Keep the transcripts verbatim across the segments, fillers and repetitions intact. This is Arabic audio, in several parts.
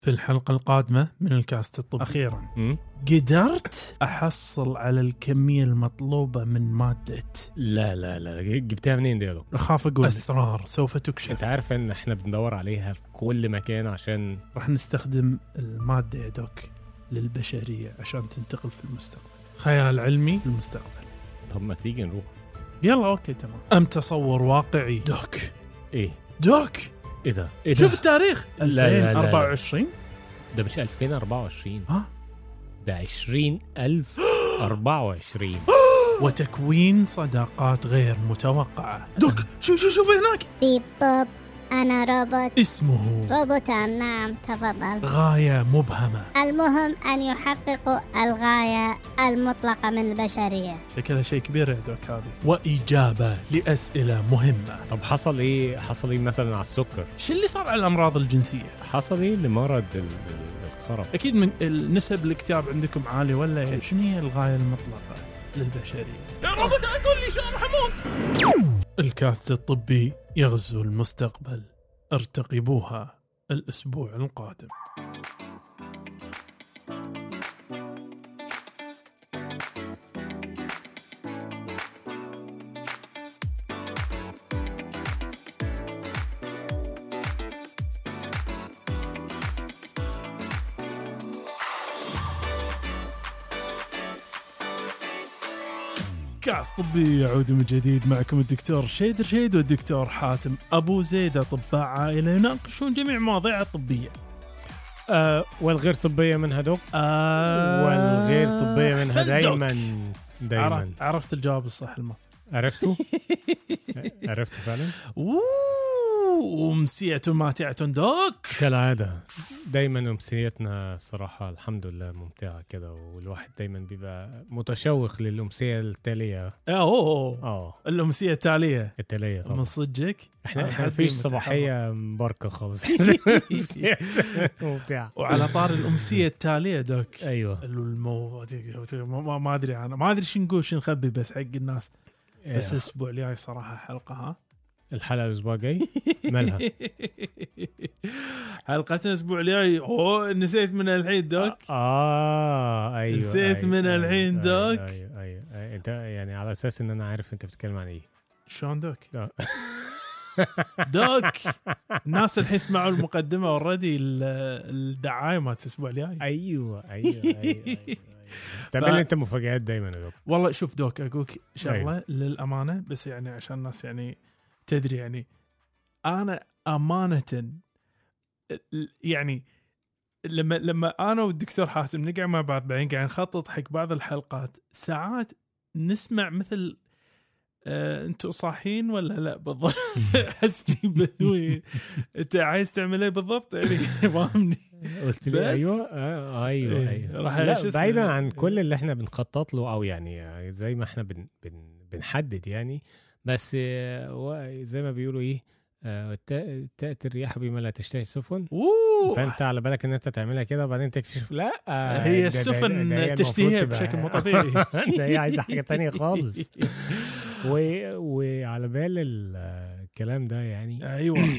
في الحلقة القادمة من الكاست الطبي أخيرا م? قدرت أحصل على الكمية المطلوبة من مادة. لا لا لا جبتها منين دي يا دكتور؟ أخاف أقول أسرار سوف تكشف. أنت عارف إن إحنا بندور عليها في كل مكان عشان راح نستخدم المادة يا دوك للبشرية عشان تنتقل في المستقبل. خيال علمي في المستقبل. طب ما تيجي نروح. يلا أوكي تمام. أم تصور واقعي دوك. إيه دوك إيه ده؟ إيه ده؟ شوف التاريخ لا لا لا ألفين وأربعة وعشرين. ده مش ألفين وأربعة وعشرين، ها ده عشرين ألف وأربعة وعشرين. وتكوين صداقات غير متوقعة. دوك شوف شوف شوف هناك. بيب بوب أنا روبوت. اسمه روبوتان نعم تفضل. غاية مبهمة. المهم أن يحققوا الغاية المطلقة من البشرية. شكلها شيء كبير يا دوك هذه. وإجابة لأسئلة مهمة. طب حصل إيه؟ حصل إيه مثلا على السكر؟ شو اللي صار على الأمراض الجنسية؟ حصل إيه لمرض ال- ال- الخرف؟ أكيد من النسب الاكتئاب عندكم عالي ولا إيه؟ شنو هي الغاية المطلقة للبشرية؟ يا روبوت أقول لي شو حمود. الكاست الطبي يغزو المستقبل، ارتقبوها الأسبوع القادم. كاست طبي يعود من جديد، معكم الدكتور شيد رشيد والدكتور حاتم أبو زيد، أطباء عائلة يناقشون جميع مواضيع الطبية آه والغير طبية منها دوك. آه والغير طبية منها أحسن دايما دوك. دايما عرفت, عرفت الجواب الصح الما عرفته عرفت فعلا. ومسيئة ماتعة دوك كالعادة دايما أمسيتنا صراحة الحمد لله ممتعة كده، والواحد دايما بيبقى متشوق للأمسية التالية. اوه اه الأمسية التالية التالية من طبعا. صدقك احنا أنا احنا حبي فيش متحرك. صباحية مباركة خالص. ممتعة. وعلى طار الأمسية التالية دوك، ايوه المو... ما, ما ادري انا ما ادري شو نقول شو نخبي بس حق الناس. بس إيه. الاسبوع الجاي صراحه حلقه ها الحلقة الأسبوع جاي مالها؟ حلقتنا الاسبوع الجاي. اوه نسيت من الحين دوك. اه ايوه نسيت أيوة من أيوة الحين أيوة دوك. ايوه ايوه أيوة. انت يعني على اساس ان انا عارف انت بتتكلم عن ايه. شلون دوك؟ لا. دوك الناس الحين سمعوا المقدمه اوريدي، الدعايه ما الاسبوع الجاي. ايوه ايوه ايوه, أيوة. تعمل لي انت مفاجآت دايما يا دوك. والله شوف دوك اقولك شغله أيوة. للامانه، بس يعني عشان الناس يعني تدري، يعني انا امانه يعني لما لما انا والدكتور حاتم نقعد مع بعض بعدين قاعد نخطط حق بعض الحلقات، ساعات نسمع مثل آه انتوا صاحيين ولا لا بالضبط. احس جيب انت عايز تعمل ايه بالضبط يعني فاهمني. قلت لي ايوه آه ايوه إيه. ايوه راح لا إيش اسمه؟ بعيدا عن كل اللي احنا بنخطط له او يعني زي ما احنا بن بن بنحدد يعني، بس آه زي ما بيقولوا ايه آه تأتي الرياح بما لا تشتهي السفن. أوه. فانت على بالك ان انت تعملها كده وبعدين تكتشف لا آه هي السفن تشتهيها بشكل مو طبيعي. ده هي عايزه حاجه تانية خالص. و... وعلى بال الكلام ده يعني ايوه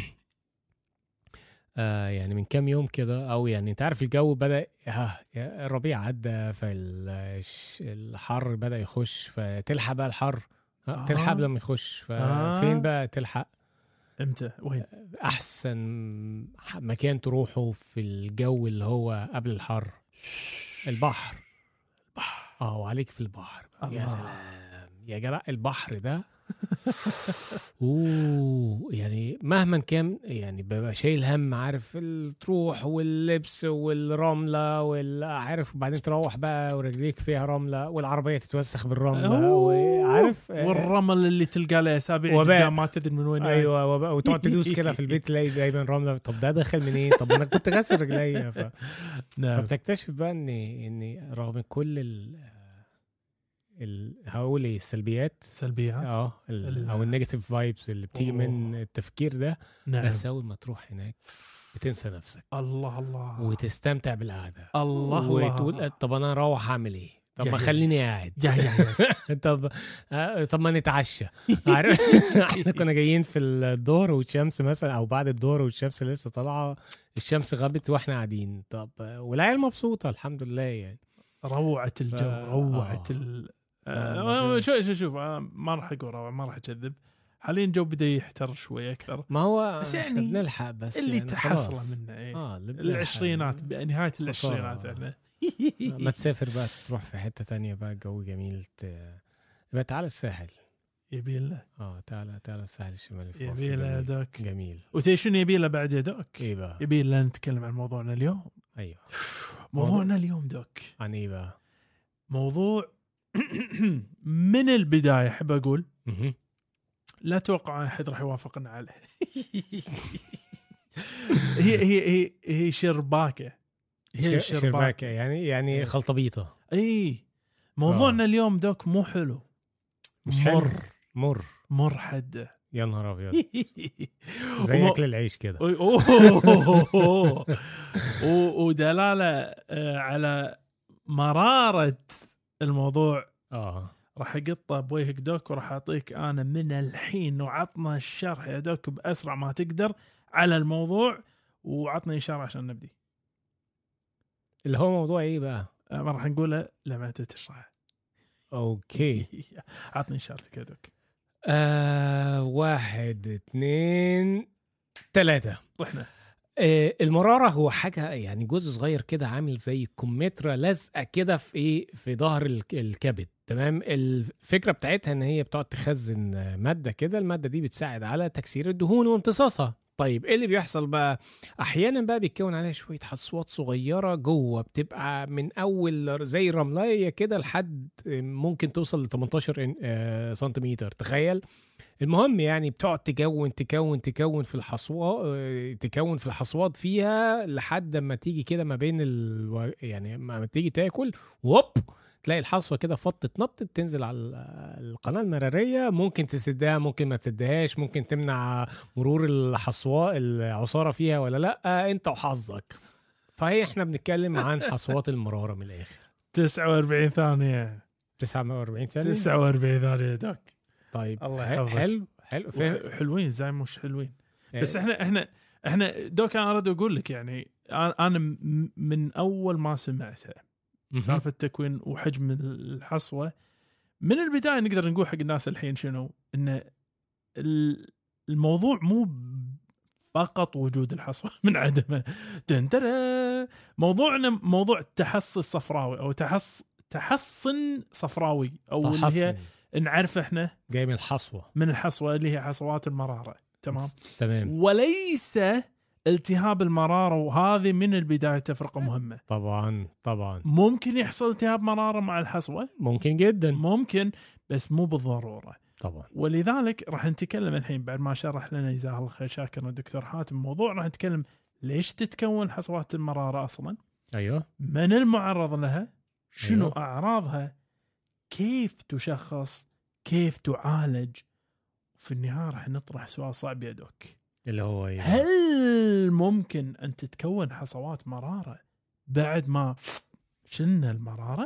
آه يعني من كام يوم كده، او يعني انت عارف الجو بدأ ها الربيع عدى فالحر بدأ يخش، فتلحق بقى الحر آه. تلحق لما يخش ففين آه. بقى تلحق امتى وين احسن مكان تروحه في الجو اللي هو قبل الحر؟ البحر. البحر اه وعليك في البحر. يا سلام يا جدع البحر ده. اوه يعني مهما كان يعني ببقى شايل هم، عارف التروح واللبس والرمله والعارف، وبعدين تروح بقى ورجليك فيها رمله والعربيه تتوسخ بالرمله وعارف والرمل اللي تلقى له اسابيع ما تدري من وين. ايوه وبقى وتقعد تدوس كده في البيت تلاقي دايما رمله. طب ده دخل منين؟ طب انا كنت غاسل رجليا ف... نعم. فبتكتشف بقى ان ان رغم كل ال هقول ايه السلبيات سلبيات اه او النيجاتيف فايبس اللي بتيجي أوه. من التفكير ده. نعم. بس اول ما تروح هناك بتنسى نفسك. الله الله وتستمتع بالقعده. الله وتقول الله. طب انا اروح اعمل ايه؟ طب يا- ما يا- خليني قاعد يا يا طب آه، طب ما نتعشى عارف احنا كنا جايين في الظهر والشمس مثلا او بعد الظهر والشمس لسه طالعه الشمس غابت واحنا قاعدين طب آه، والعيال مبسوطه الحمد لله يعني روعة الجو ف- روعة آه. ال فما آه، فيش. شوف شوف شوف آه، ما راح اقول روعة، ما راح اكذب. حاليا الجو بدا يحتر شوي اكثر، ما هو بس احنا يعني بنلحق بس اللي يعني تحصل خلاص. منه إيه. اه اللي بنلحق. العشرينات بنهاية خسارة. العشرينات احنا ما تسافر بقى تروح في حتة تانية بقى جو جميل ت... بقى تعال الساحل يبي له اه تعال تعال الساحل الشمالي في مصر يبي له يا جميل. دوك. جميل وتي شنو يبي له بعد يا دوك؟ ايه بقى يبي له نتكلم عن موضوعنا اليوم. ايوه موضوعنا اليوم دوك عن ايه بقى موضوع من البداية أحب أقول مهم. لا توقع أحد راح يوافقنا عليه. هي هي هي هي شرباكة، هي ش- شرباكة شرباكة. يعني يعني خلطبيطة اي موضوعنا اليوم دوك مو حلو، مش حلو مر مر مر حده يا نهار ابيض زي وما- اكل العيش كده أوه. و- ودلالة آه، على مرارة الموضوع. اه راح اقطه بوجهك دوك وراح اعطيك انا من الحين، وعطنا الشرح يا دوك باسرع ما تقدر على الموضوع، وعطنا اشاره عشان نبدي. اللي هو موضوع ايه بقى آه، ما راح نقوله لما تشرح. اوكي عطني اشارتك يا دوك. آه واحد اتنين تلاتة رحنا. آه المرارة هو حاجة يعني جزء صغير كده عامل زي كمثرى لازقة كده في ايه في ظهر الك- الكبد. تمام. الفكرة بتاعتها ان هي بتقعد تخزن آه، مادة كده. المادة دي بتساعد على تكسير الدهون وامتصاصها. طيب ايه اللي بيحصل بقى؟ احيانا بقى بيتكون عليها شويه حصوات صغيره جوه، بتبقى من اول زي رملايه كده لحد ممكن توصل ل تمنتاشر إن- آه، سنتيمتر. تخيل. المهم يعني بتقعد تكون تكون تكون في الحصوات تكون في الحصوات فيها لحد ما تيجي كده ما بين ال... يعني ما تيجي تاكل ووب تلاقي الحصوه كده فطت نطت تنزل على القناه المراريه. ممكن تسدها ممكن ما تسدهاش، ممكن تمنع مرور الحصوات العصاره فيها ولا لا، انت وحظك. فهي احنا بنتكلم عن حصوات المراره من الاخر. تسعة وأربعين ثانيه تسعة وأربعين ثانيه. تسعة وأربعين ثانيه يا دوك. طيب الله ح- يحفظك. حلو حلو فاهم. حلوين زي مش حلوين. بس احنا احنا احنا دوك انا اريد اقول لك يعني انا م- من اول ما سمعتها سالفه التكوين وحجم الحصوه من البدايه نقدر نقول حق الناس الحين شنو ان ال- الموضوع مو فقط وجود الحصوه من عدمه. تنترى موضوعنا موضوع التحصي الصفراوي او تحص تحصن صفراوي او اللي هي تحصن نعرف احنا جاي من الحصوه من الحصوه اللي هي حصوات المراره. تمام. تمام. وليس التهاب المراره، وهذه من البدايه تفرقه مهمه. طبعا طبعا ممكن يحصل التهاب مراره مع الحصوه، ممكن جدا ممكن، بس مو بالضروره. طبعا. ولذلك راح نتكلم الحين بعد ما شرح لنا جزاه الله خير شاكر الدكتور حاتم الموضوع. راح نتكلم ليش تتكون حصوات المراره اصلا، ايوه من المعرض لها، شنو أيوة. اعراضها، كيف تشخص، كيف تعالج. في النهايه راح نطرح سؤال صعب يا دوك. اللي هو ايه؟ هل ممكن أن تتكون حصوات مرارة بعد ما شلنا المرارة؟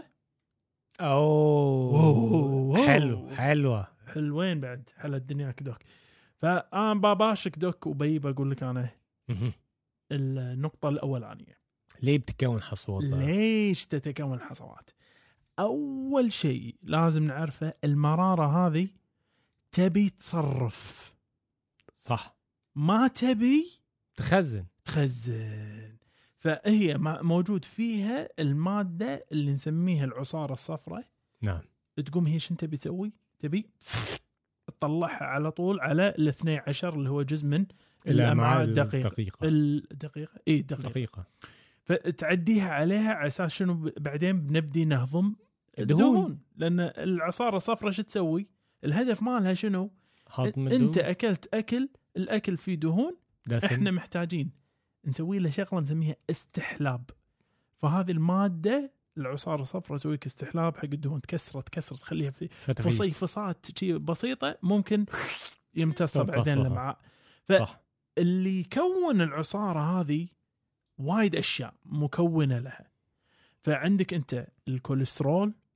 اوه أوه. حلو حلوه. حلوين بعد حل الدنيا كدوك. فأنا باباشك دوك وبي بقول لك أنا مهم. النقطة الأولانية. ليه بتكون حصوات بقى؟ ليش تتكون حصوات؟ أول شيء لازم نعرفه المرارة هذه تبي تصرف، صح. ما تبي تخزن. تخزن. فهي موجود فيها المادة اللي نسميها العصارة الصفراء. نعم. تقوم هي شنو تبي تسوي؟ تبي تطلعها على طول على الاثني عشر اللي هو جزء من الأمعاء الدقيقة. الدقيقة. الدقيقة إيه دقيقة. دقيقة. فتعديها عليها على أساس شنو بعدين بنبدي نهضم الدهون. الدهون. لأن العصارة الصفراء شو تسوي؟ الهدف مالها شنو؟ هضم أنت الدهون. أكلت أكل، الأكل فيه دهون، دسم. احنا محتاجين نسوي له شغله نسميها استحلاب. فهذه الماده العصاره الصفراء تسويك استحلاب حق الدهون، تكسر تكسر تخليها في فتغيب. فصيفصات شيء بسيطه ممكن يمتصها بعدين تمتصها. الامعاء. صح. فاللي يكون العصاره هذه وايد اشياء مكونه لها. فعندك انت الكوليسترول،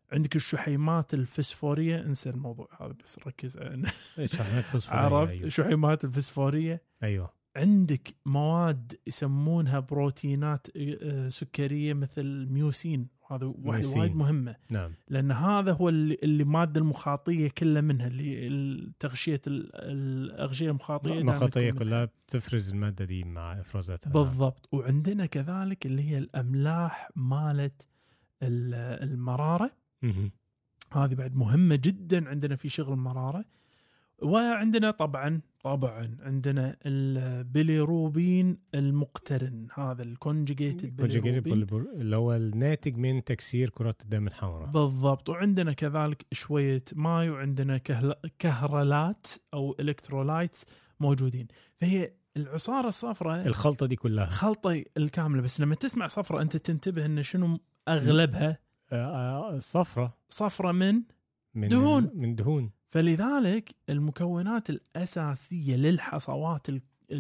عندك الشحيمات الفسفوريه، انسى الموضوع هذا بس ركز. شحيمات فوسفوريه، عرفت أيوه. شحيمات الفسفوريه. ايوه عندك مواد يسمونها بروتينات سكريه مثل الميوسين، هذا واحده وايد مهمه. نعم. لان هذا هو اللي, اللي ماده المخاطيه كلها منها، اللي تغشيه الاغشيه المخاطيه المخاطيه كلها بتفرز الماده دي مع افرازاتها. بالضبط. نعم. وعندنا كذلك اللي هي الاملاح مالت المراره، هذه بعد مهمه جدا عندنا في شغل المراره. وعندنا طبعا طبعا عندنا البيليروبين المقترن، هذا الكونجيجيتد بيليروبين اللي هو الناتج من تكسير كرات الدم الحمراء. بالضبط. وعندنا كذلك شوية ماء، وعندنا كهرلات أو إلكترولايتس موجودين. فهي العصارة الصفراء الخلطة دي كلها خلطة الكاملة. بس لما تسمع صفراء أنت تنتبه أن شنو أغلبها صفراء صفراء من من دهون من دهون. فلذلك المكونات الأساسية للحصوات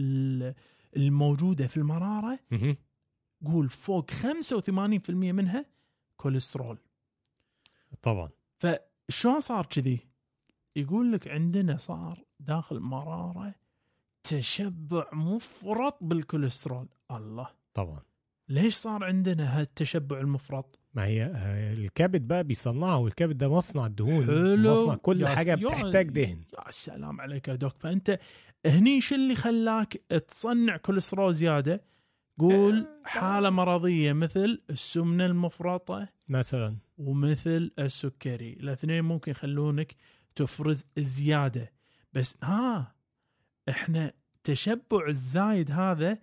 الموجودة في المرارة قول فوق خمسة وثمانين بالمئة منها كوليسترول. طبعا. فشو صار كذي؟ يقول لك عندنا صار داخل المرارة تشبع مفرط بالكوليسترول. الله. طبعا. ليش صار عندنا هالتشبع المفرط؟ ما هي الكبد بقى بيصنعه، والكبد ده مصنع الدهون، حلو. مصنع كل حاجة بتحتاج دهن. يا سلام عليك يا دوك. فأنت هني شو اللي خلاك تصنع كوليسترول زيادة؟ قول حالة مرضية مثل السمنة المفرطة مثلا ومثل السكري، الاثنين ممكن يخلونك تفرز زيادة. بس ها احنا تشبع الزايد هذا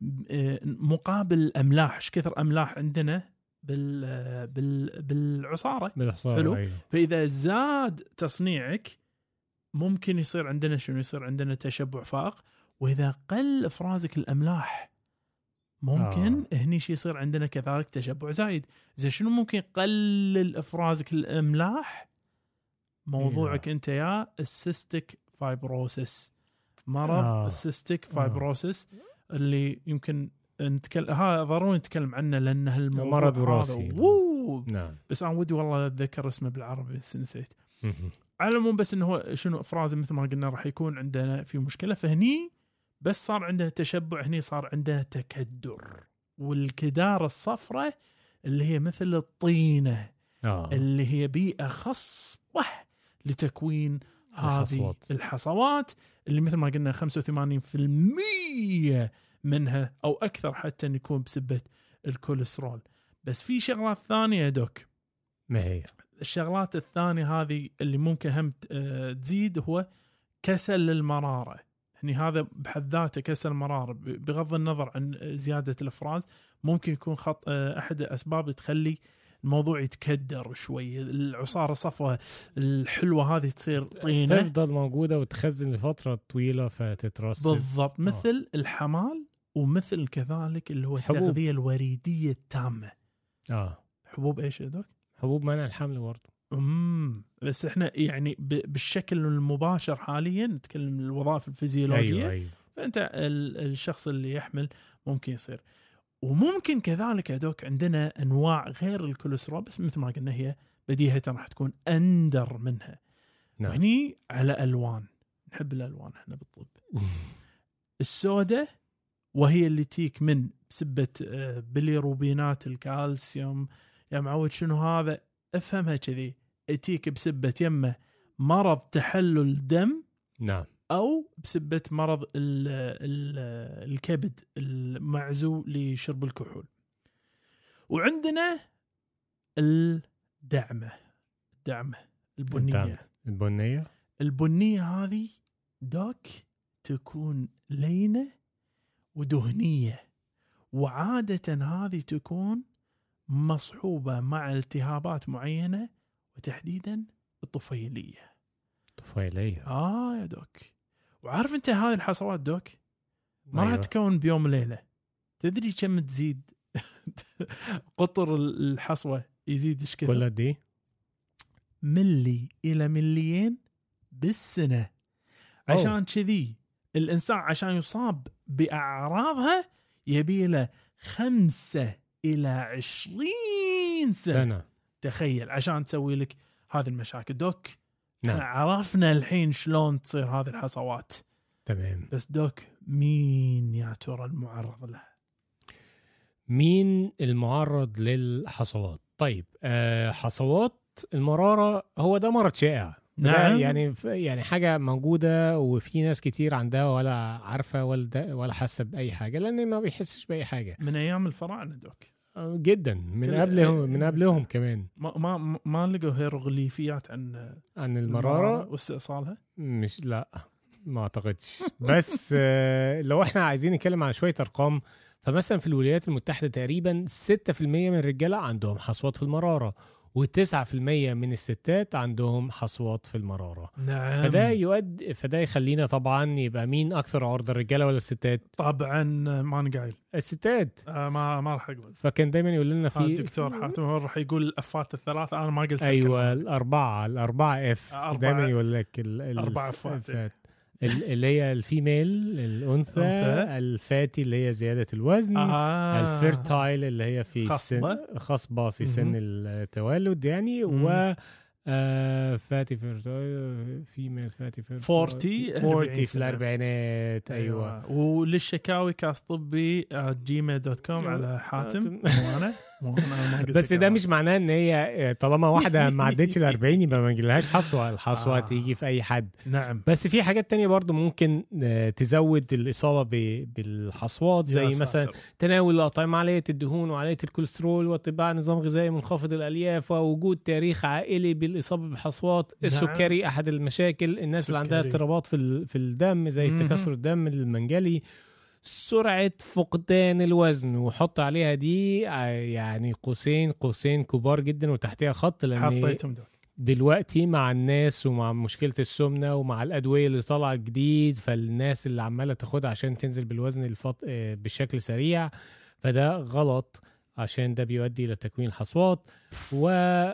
مقابل الأملاح. ايش كثر أملاح عندنا بال بال بالعصارة بالعصارة. أيوه. فإذا زاد تصنيعك ممكن يصير عندنا شنو؟ يصير عندنا تشبع فائق. وإذا قل إفرازك الأملاح ممكن آه. هني شي يصير عندنا كذلك تشبع زايد. زي شنو ممكن يقلل إفرازك الأملاح؟ موضوعك إيه. أنت يا السيستيك فايبروسيس، مرض آه. السيستيك فايبروسيس آه. اللي يمكن نتكلم ها ضروري نتكلم عنه لأنه الموضوع مرض وراثي. نعم. بس أنا ودي والله أتذكر اسمه بالعربي بس نسيت. على العموم بس إنه هو شنو إفرازه مثل ما قلنا راح يكون عندنا في مشكلة. فهني بس صار عندنا تشبع، هني صار عندنا تكدر. والكدار الصفراء اللي هي مثل الطينة آه. اللي هي بيئة خصبة لتكوين هذه الحصوات اللي مثل ما قلنا خمسة وثمانين بالمئة منها أو أكثر حتى يكون بسبة الكوليسترول. بس في شغلات ثانية يا دوك. ما هي الشغلات الثانية هذه اللي ممكن هم تزيد؟ هو كسل المرارة. يعني هذا بحد ذاته كسل المرارة بغض النظر عن زيادة الإفراز ممكن يكون خط أحد الأسباب تخلي الموضوع يتكدر شوي. العصارة صفوة الحلوة هذه تصير طينة تفضل موجودة وتخزن لفترة طويلة فتترسب. بالضبط. مثل آه. الحمال ومثل كذلك اللي هو حبوب. التغذية الوريدية التامة. آه. حبوب إيش يا دوك؟ حبوب منع الحمل برضه. امم بس احنا يعني بالشكل المباشر حاليا نتكلم الوظائف الفيزيولوجية. أيوة أيوة. فأنت الشخص اللي يحمل ممكن يصير. وممكن كذلك يا دوك عندنا أنواع غير الكوليسترول بس مثل ما قلنا هي بديهة راح تكون أندر منها. نعم. وهني على ألوان، نحب الألوان احنا بالطب. السوداء وهي اللي تيك من بسبة بليروبينات الكالسيوم. يا معود شنو هذا؟ افهمها كذي، تيك بسبة يمه مرض تحلل الدم. نعم. أو بسبة مرض ال ال الكبد المعزو لشرب الكحول. وعندنا الدعمة الدعمة البنية البنية البنية هذه دوك تكون لينة ودهنية، وعادة هذه تكون مصحوبة مع التهابات معينة وتحديدا الطفيلية. طفيلية آه يا دوك. وعارف أنت هاي الحصوات دوك ما أيوة. راح تكون بيوم ليلة. تدري كم تزيد قطر الحصوة يزيد إيش كذا؟ كل دي ملي إلى مليين بالسنة. عشان كذي الإنسان عشان يصاب بأعراضها يبي له خمسة إلى عشرين سنة, سنة. تخيل عشان تسوي لك هذه المشاكل دوك. نعم. عرفنا الحين شلون تصير هذه الحصوات. تمام. بس دوك مين يا ترى المعرض له؟ مين المعرض للحصوات؟ طيب آه حصوات المرارة هو ده مرض شائع. نعم. يعني يعني حاجة موجودة وفي ناس كتير عندها ولا عارفة ولا ولا حاسة بأي حاجة لأن ما بيحسش بأي حاجة. من أيام الفراعنة دوك. جدا من كل- قبلهم من قبلهم كمان. ما ما ما لقوا هيروغليفيات عن عن المرارة واستئصالها؟ مش لا ما اعتقدش. بس آه، لو احنا عايزين نتكلم عن شوية ارقام فمثلا في الولايات المتحدة تقريبا ستة في المية من الرجالة عندهم حصوات في المرارة وتسعة في المية من الستات عندهم حصوات في المرارة. نعم. فده يؤدي فده يخلينا طبعا يبقى مين اكثر عرضة، الرجالة ولا الستات؟ طبعا ما نقايل. الستات. آه ما ما راح اقول. فكان دايما يقول لنا في في الدكتور حاتم هو راح يقول الافات الثلاثه، انا ما قلت ايوه الكلام. الاربعه الاربعه اف أربعة- دايما يقول لك ال- ال- أربعة أفات. الفات. ال- اللي هي الفيميل الانثى، أنثى. الفاتي اللي هي زياده الوزن، آه. الفيرتايل اللي هي في خصبة. سن خصبة في مهم. سن التولد يعني، مم. و آه فاتي فيرتايل فيميل فاتي فيرتايل أربعين أربعين في سنة. الاربعينات. ايوه, أيوة. وللشكاوي كاس طبي جيميل دوت كوم على حاتم. مو انا مو انا ما قلت بس ده الكلام. مش معناه ان هي طالما واحده ما عدتش ال أربعين يبقى ما يجيلهاش حصوه. الحصوه آه. تيجي في اي حد. نعم. بس في حاجات تانية برضو ممكن آه، تزود الإصابة ب- بالحصوات زي يا مثلا ساتر. تناول الأطعمة عالية الدهون وعالية الكوليسترول واتباع نظام غذائي منخفض الألياف ووجود تاريخ عائلي بالإصابة بالحصوات. نعم. السكري أحد المشاكل. الناس اللي عندها سكري. اضطرابات في ال- في الدم زي مهم. تكاثر الدم المنجلي. سرعة فقدان الوزن وحط عليها دي آه، يعني قوسين قوسين كبار جدا وتحتها خط، لأن حطيتهم دول. دلوقتي مع الناس ومع مشكلة السمنة ومع الأدوية اللي طالعة جديد، فالناس اللي عمالة تاخدها عشان تنزل بالوزن الفط... آه، بشكل سريع، فده غلط عشان ده بيؤدي إلى تكوين الحصوات. و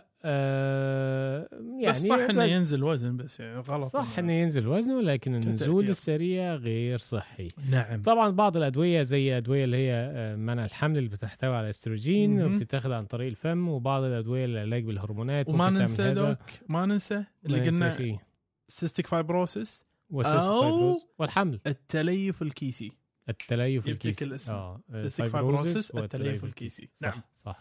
آه يعني بس صح انه ينزل وزن، بس يعني غلط. صح انه ينزل وزن، ولكن النزول كتأثير. السريع غير صحي. نعم. طبعا بعض الادويه زي ادويه اللي هي آه، منع الحمل اللي بتحتوي على استروجين مهم. وبتتاخد عن طريق الفم، وبعض الادويه للعلاج بالهرمونات وما ممكن تعمل ننسى هذا. دوك، ما ننسى اللي ما قلنا ننسى شيء. سيستيك فايبروسيس وسيستيك أو فايبروز والحمل. التليف الكيسي. التليف يبتك الكيسي. الاسم. اه سيستيك فايبروزس فايبروسيس والتليف التليف الكيسي. صح. نعم. صح.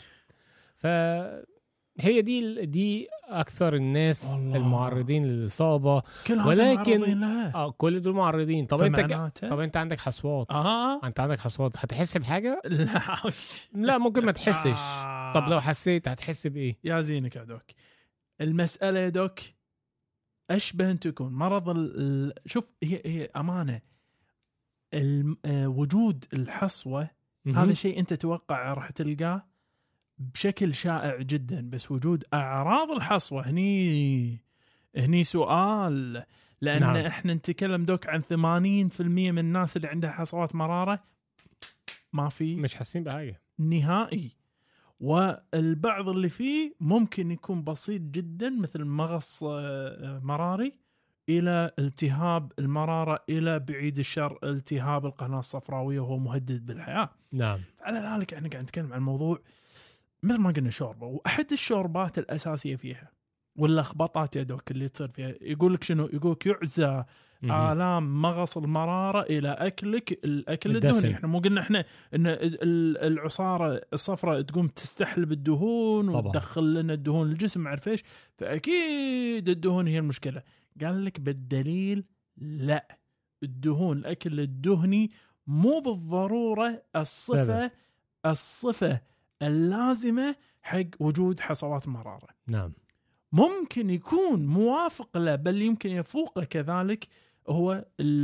فهي دي دي اكثر الناس الله. المعرضين للاصابه. كل هذا ولكن- معرضين لها. اه كل دول معرضين. طب انت ك... فمعناته- طب انت عندك حصوات. اه انت عندك حصوات هتحس بحاجه؟ لا لا ممكن ما تحسش. آه. طب لو حسيت هتحس بايه؟ يا زينك يا دوك، المسألة يا دوك أشبه أن تكون مرض ال... ال- شوف هي هي أمانة الم... آه، وجود الحصوة هذا شيء أنت توقع راح تلقاه بشكل شائع جدا، بس وجود أعراض الحصوة هني هني سؤال. لأن نعم. نعم. إحنا نتكلم دوك عن ثمانين بالمئة من الناس اللي عندها حصوات مرارة ما في مش حاسين بحاجه. نهائي، والبعض اللي فيه ممكن يكون بسيط جدا مثل مغص آه، مراري إلى التهاب المرارة إلى بعيد الشر التهاب القناة الصفراوية وهو مهدد بالحياة. نعم. على ذلك احنا قاعد نتكلم عن موضوع مثل ما قلنا شوربة، وأحد الشوربات الأساسية فيها واللخبطات يا دوك اللي تصير فيها يقول لك شنو؟ يقول لك يعزى مهم. آلام مغص المرارة إلى أكلك الأكل الدسم. الدهني. إحنا مو قلنا إحنا إن ال- العصارة الصفراء تقوم تستحلب الدهون طبعا. وتدخل لنا الدهون الجسم، عارف إيش؟ فأكيد الدهون هي المشكلة. قال لك بالدليل لا، الدهون الأكل الدهني مو بالضرورة الصفة سبب. الصفة اللازمة حق وجود حصوات مرارة. نعم. ممكن يكون موافق له بل يمكن يفوقه كذلك هو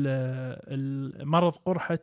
المرض قرحة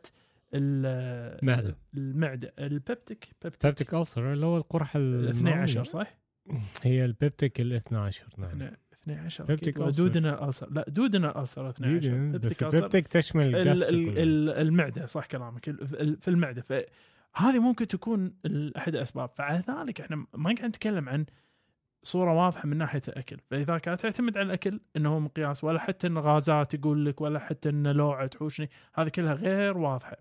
معدة. المعدة البيبتيك بيبتيك ألسر اللي هو القرحة الاثني عشر المعوية. صح؟ هي البيبتيك الاثنى عشر. نعم. اثني عشر بيبتيك ألسر. دودنا الألسر لا دودنا الألسر اثني عشر. بس بيبتيك ألسر البيبتيك تشمل ال- الجاستريك ال- كله. ال- المعدة صح كلامك ال- في المعدة. فهذه ممكن تكون ال- أحد الأسباب. فعلى ذلك احنا ما قاعد نتكلم عن صورة واضحة من ناحية الأكل، فإذا كانت تعتمد على الأكل إنه مقياس، ولا حتى إن غازات يقول لك، ولا حتى إن لوعة تحوشني، هذه كلها غير واضحة.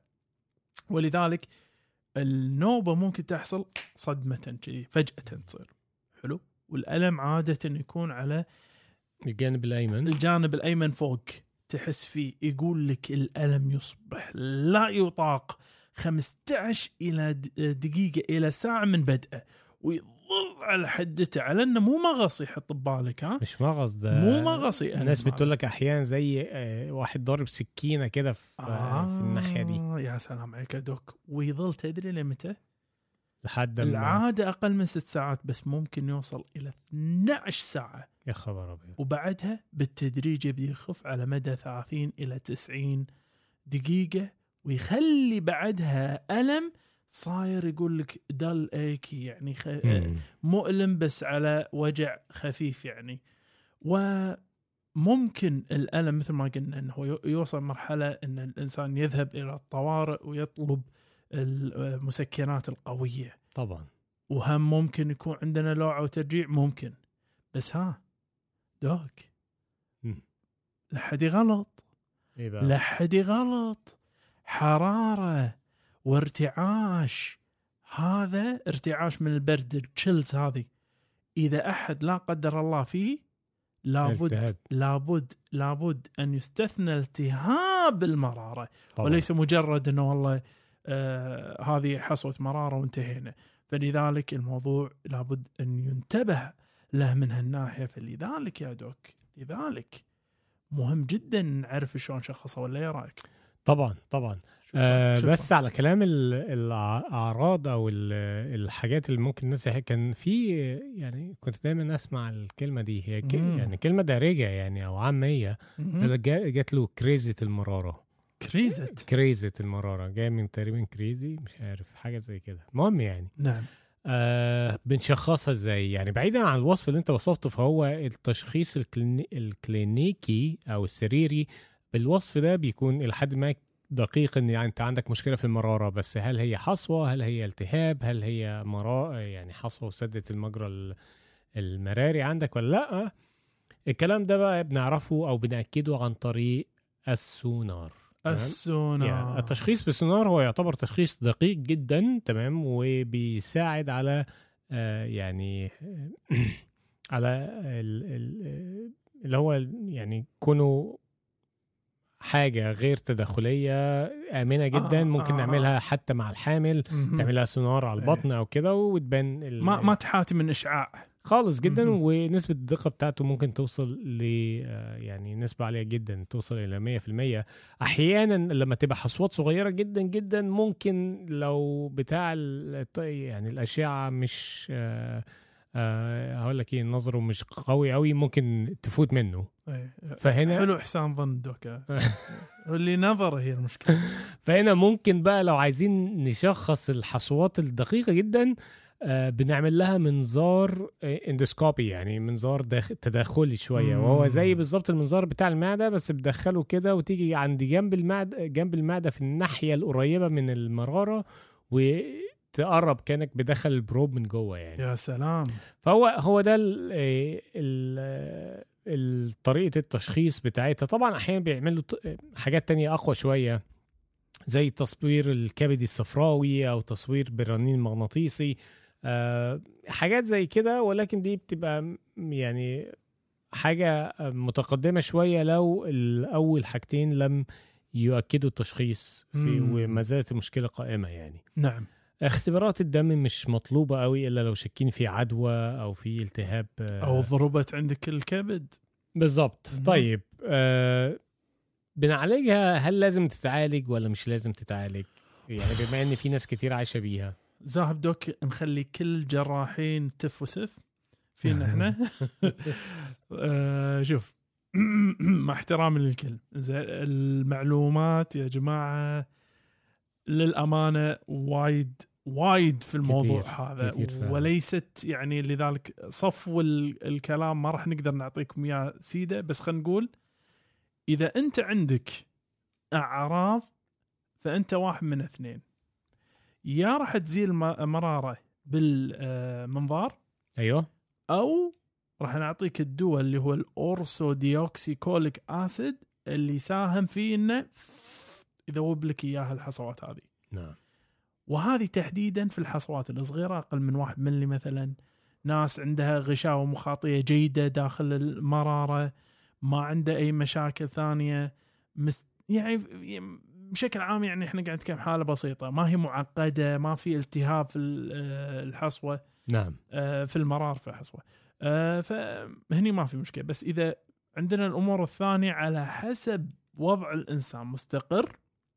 ولذلك النوبة ممكن تحصل صدمة كذي فجأة تصير. حلو. والألم عادة يكون على الجانب الأيمن الجانب الأيمن فوق تحس فيه. يقول لك الألم يصبح لا يطاق خمسة عشر إلى دقيقة إلى ساعة من بدءه، ويظل على حدته، على أنه مو مغص. يحط ببالك ها مش مغص ده، مو مغصي. الناس بتقول لك أحيانا زي واحد ضارب سكينة كده في, آه في الناحية دي. يا سلام عليك يا دوك. ويظل تدري لمتى؟ لحد العادة أقل من ست ساعات، بس ممكن يوصل إلى اثنتي عشرة ساعة. يا خبر أبيض. وبعدها بالتدريج يبدأ يخف على مدى ثلاثين إلى تسعين دقيقة، ويخلي بعدها ألم صاير يقول لك دل ايكي، يعني خ... مؤلم بس على وجع خفيف يعني. وممكن الألم مثل ما قلنا أنه يوصل مرحلة أن الإنسان يذهب إلى الطوارئ ويطلب المسكنات القوية طبعا. وهم ممكن يكون عندنا لوعة وترجيع ممكن. بس ها دوك لحدي غلط إيه لحدي غلط حرارة وارتعاش. هذا ارتعاش من البرد، التشيلز هذه. إذا أحد لا قدر الله فيه لابد التهاب. لابد لابد أن يستثنى التهاب المرارة طبعا. وليس مجرد أنه والله آه هذه حصوة مرارة وانتهينا. فلذلك الموضوع لابد أن ينتبه له من هالناحية. فلذلك يا دوك لذلك مهم جدا نعرف شلون شخصه، ولا ايه رايك؟ طبعا طبعا. آه بس على كلام الاعراض او الحاجات اللي ممكن الناس كان في، يعني كنت دايما اسمع الكلمه دي، هي يعني كلمه دارجه يعني او عاميه، جات له كريزه المراره. كريزه كريزه المراره جاي من تقريبا كريزي، مش عارف حاجه زي كده. المهم يعني نعم. آه بنشخصها ازاي؟ يعني بعيدا عن الوصف اللي انت وصفته، فهو التشخيص الكليني الكلينيكي او السريري بالوصف ده بيكون الى حد ما دقيق. ان يعني انت عندك مشكله في المراره، بس هل هي حصوه، هل هي التهاب، هل هي مراره يعني حصوه وسدت المجرى المراري عندك ولا لا؟ الكلام ده بقى بنعرفه او بنأكده عن طريق السونار. السونار يعني التشخيص بالسونار هو يعتبر تشخيص دقيق جدا، تمام، وبيساعد على آه يعني على اللي هو يعني كونه حاجة غير تدخلية آمنة جدا. آه ممكن آه نعملها حتى مع الحامل، تعملها سونار على البطن أو كده وتبان ما ما تحاتي من إشعاع خالص جدا. ونسبة الدقة بتاعته ممكن توصل ل يعني نسبة عالية جدا، توصل إلى مية في المية. أحيانا لما تبقى حصوات صغيرة جدا جدا ممكن لو بتاع يعني الأشعة مش آه أه هقول لك ايه، نظره مش قوي قوي، ممكن تفوت منه. فهنا حلو احسان ظن دوكا اللي نظره هي المشكله. فهنا ممكن بقى لو عايزين نشخص الحصوات الدقيقه جدا أه بنعمل لها منظار اندوسكوبي، يعني منظار تداخلي شويه، وهو زي بالظبط المنظار بتاع المعده، بس بدخله كده وتيجي عند جنب المعده جنب المعده في الناحيه القريبه من المراره، و تقرب كانك بدخل البروب من جوه يعني. يا سلام. فهو هو ده الطريقه التشخيص بتاعتها. طبعا احيانا بيعملوا حاجات تانية اقوى شويه، زي تصوير الكبدي الصفراوي او تصوير بالرنين المغناطيسي، أه حاجات زي كده، ولكن دي بتبقى يعني حاجه متقدمه شويه لو الاول حاجتين لم يؤكدوا التشخيص في وما زالت المشكله قائمه يعني. نعم. اختبارات الدم مش مطلوبة قوي إلا لو شاكين في عدوى أو في التهاب أو ضربت عندك الكبد. بالضبط. طيب آه بنعالجها، هل لازم تتعالج ولا مش لازم تتعالج؟ يعني بما أن في ناس كتير عايشة بيها. زاهب دوك نخلي كل جراحين تف وسف فينا احنا. آه شوف مع احترامي للكل، المعلومات يا جماعة للأمانة وايد وايد في الموضوع كتير هذا كتير، وليست يعني لذلك صفو الكلام ما راح نقدر نعطيكم اياه سيده. بس خلينا نقول اذا انت عندك اعراض فانت واحد من اثنين، يا راح تزيل مراره بالمنظار، ايوه، او راح نعطيك الدواء اللي هو الاورسو ديوكسيكوليك اسيد اللي يساهم في انه يذوب لك اياها الحصوات هذه. نعم. وهذه تحديدا في الحصوات الصغيرة أقل من واحد ملي مثلا ناس عندها غشاوة مخاطية جيدة داخل المرارة، ما عنده أي مشاكل ثانية، مست... يعني بشكل عام يعني إحنا قاعد نتكلم حالة بسيطة، ما هي معقدة، ما في التهاب في الحصوة. نعم. في المرار في الحصوة. فهني ما في مشكلة. بس إذا عندنا الأمور الثانية على حسب وضع الإنسان مستقر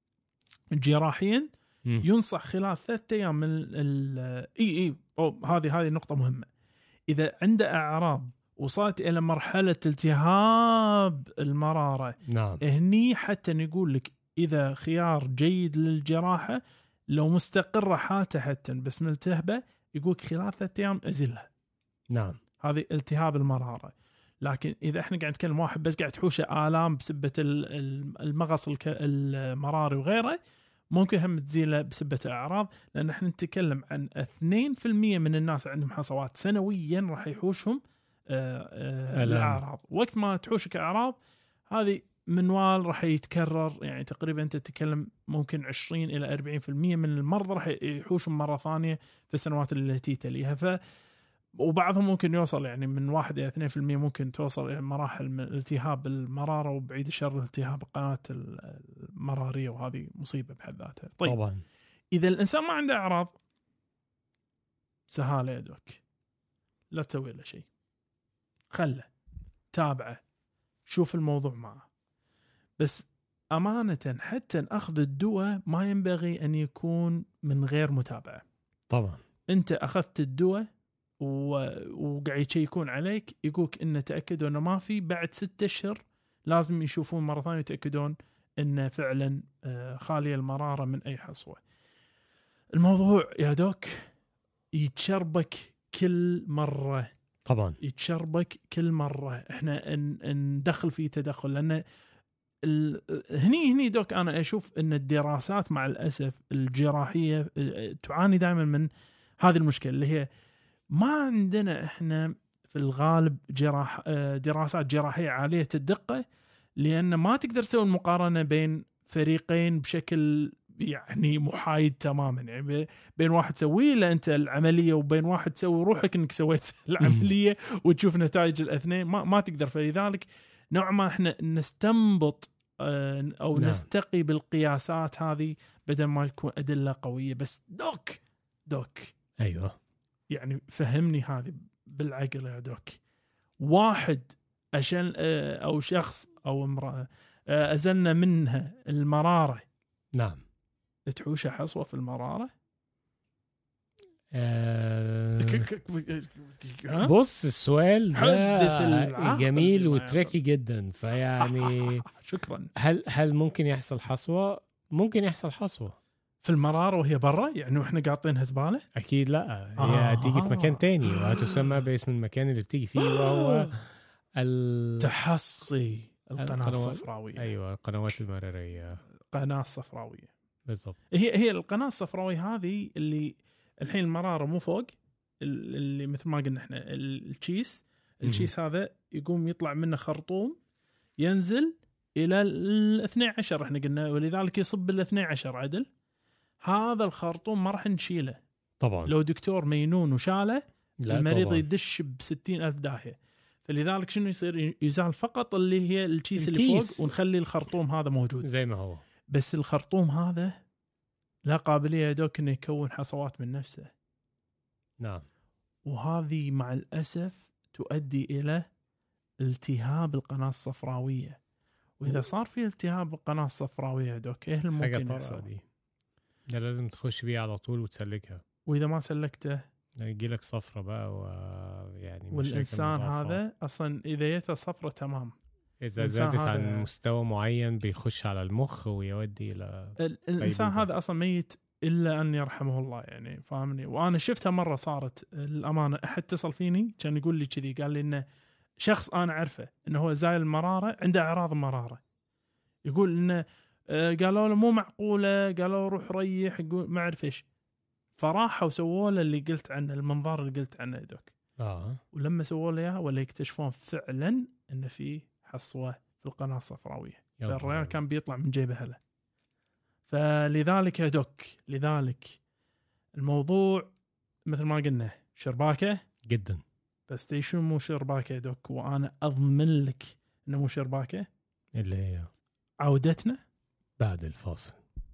جراحيا، م. ينصح خلال ثلاثة أيام من ال إي إي أو هذه هذه نقطة مهمة. إذا عنده أعراض وصلت إلى مرحلة التهاب المرارة، نعم. هني حتى نقول لك إذا خيار جيد للجراحة لو مستقرة حالته حتى بس ملتهبة، يقولك خلال ثلاثة أيام أزلها. نعم. هذه التهاب المرارة. لكن إذا إحنا قاعد نتكلم واحد بس قاعد تحوشه آلام بسبة المغص المراري وغيره، ممكن هم تزيله بسبة أعراض، لأن إحنا نتكلم عن اثنين بالمئة من الناس عندهم حصوات سنويا راح يحوشهم الأعراض. وقت ما تحوشك أعراض هذه منوال راح يتكرر، يعني تقريبا أنت تتكلم ممكن عشرين إلى أربعين بالمئة من المرضى راح يحوشهم مرة ثانية في السنوات التي تليها. ف وبعضهم ممكن يوصل يعني من واحد إلى اثنين بالمئة ممكن توصل إلى مراحل من التهاب المرارة، وبعيد الشر التهاب القناة المرارية، وهذه مصيبة بحد ذاتها. طيب طبعا إذا الإنسان ما عنده أعراض سهالة يا دوك، لا تسوي له شيء، خله تابعه، شوف الموضوع معه. بس أمانة حتى أخذ الدواء ما ينبغي أن يكون من غير متابعة. طبعا أنت أخذت الدواء وقاعد يشيكون عليك، يقولك إن تأكدوا إنه ما في، بعد ستة أشهر لازم يشوفون مرة ثانية يتأكدون إنه فعلا خالي المرارة من أي حصوة. الموضوع يا دوك يتشربك كل مرة، طبعا يتشربك كل مرة إحنا ندخل فيه تدخل، لأن ال... هني هني دوك أنا أشوف إن الدراسات مع الأسف الجراحية تعاني دائما من هذه المشكلة، اللي هي ما عندنا إحنا في الغالب جراح دراسات جراحية عالية الدقة، لأن ما تقدر تسوي المقارنة بين فريقين بشكل يعني محايد تماما، يعني بين واحد تسوي له أنت العملية وبين واحد تسوي روحك إنك سويت العملية وتشوف نتائج الاثنين، ما ما تقدر. فلذلك نوع ما إحنا نستنبط أو نعم. نستقي بالقياسات هذه بدل ما يكون أدلة قوية. بس دوك دوك أيوة يعني فهمني هذه بالعقل يا دوك، واحد أشل أو شخص أو امرأة أزلنا منها المرارة، نعم، تحوش حصوة في المرارة. أه بص السؤال ده جميل وتريكي جدا، فيعني شكرا. هل هل ممكن يحصل حصوة؟ ممكن يحصل حصوة في المرارة وهي برا، يعني وإحنا قاطينها زبالة؟ أكيد لا، هي آه. تيجي في مكان تاني وهتسمى باسم المكان اللي بتيجي فيه، وهو التحصي القناة الصفراوية. أيوة القنوات المرارية، قناة صفراوية بالضبط. هي هي القناة الصفراوية هذه اللي الحين المرارة مو فوق، اللي مثل ما قلنا إحنا الشيس الشيس هذا يقوم يطلع منه خرطوم ينزل إلى الاثنى عشر إحنا قلنا، ولذلك يصب الاثنى عشر عدل. هذا الخرطوم ما راح نشيله طبعا، لو دكتور مينون وشاله المريض طبعاً. يدش بستين ألف داهية. فلذلك شنو يصير؟ يزال فقط اللي هي الكيس اللي فوق ونخلي الخرطوم هذا موجود زي ما هو. بس الخرطوم هذا لا قابلية دوك إنه يكون حصوات من نفسه. نعم. وهذه مع الأسف تؤدي إلى التهاب القناة الصفراوية. وإذا صار في التهاب القناة الصفراوية دوك إيه الممكن يحصل؟ دي ده لازم تخش بيه على طول وتسلكها، وإذا ما سلكته يجي لك صفرة بقى، ويعني والإنسان هذا أصلا إذا يته صفرة تمام، إذا زادت عن مستوى معين بيخش على المخ ويودي إلى الإنسان هذا أصلا ميت إلا أن يرحمه الله، يعني فاهمني. وأنا شفتها مرة صارت الأمانة، أحد اتصل فيني كان يقول لي كذي، قال لي إنه شخص أنا أعرفه إنه هو زايل المرارة، عنده أعراض مرارة، يقول إنه قالوا له مو معقولة، قالوا روح ريح، يقول ما أعرف إيش، فراحوا وسووا له اللي قلت عنه، المنظار اللي قلت عنه دوك. آه. ولما سووا له إياها ولا يكتشفون فعلا إنه في حصوة في القناة الصفراوية، فالرجال كان بيطلع من جيبه هلا. فلذلك يا دوك، لذلك الموضوع مثل ما قلنا شرباكة جدا. بس تيشون مو شرباكه يا دوك، وانا اضمن لك انه مو شرباكه. اللي هي عودتنا بعد الفاصل.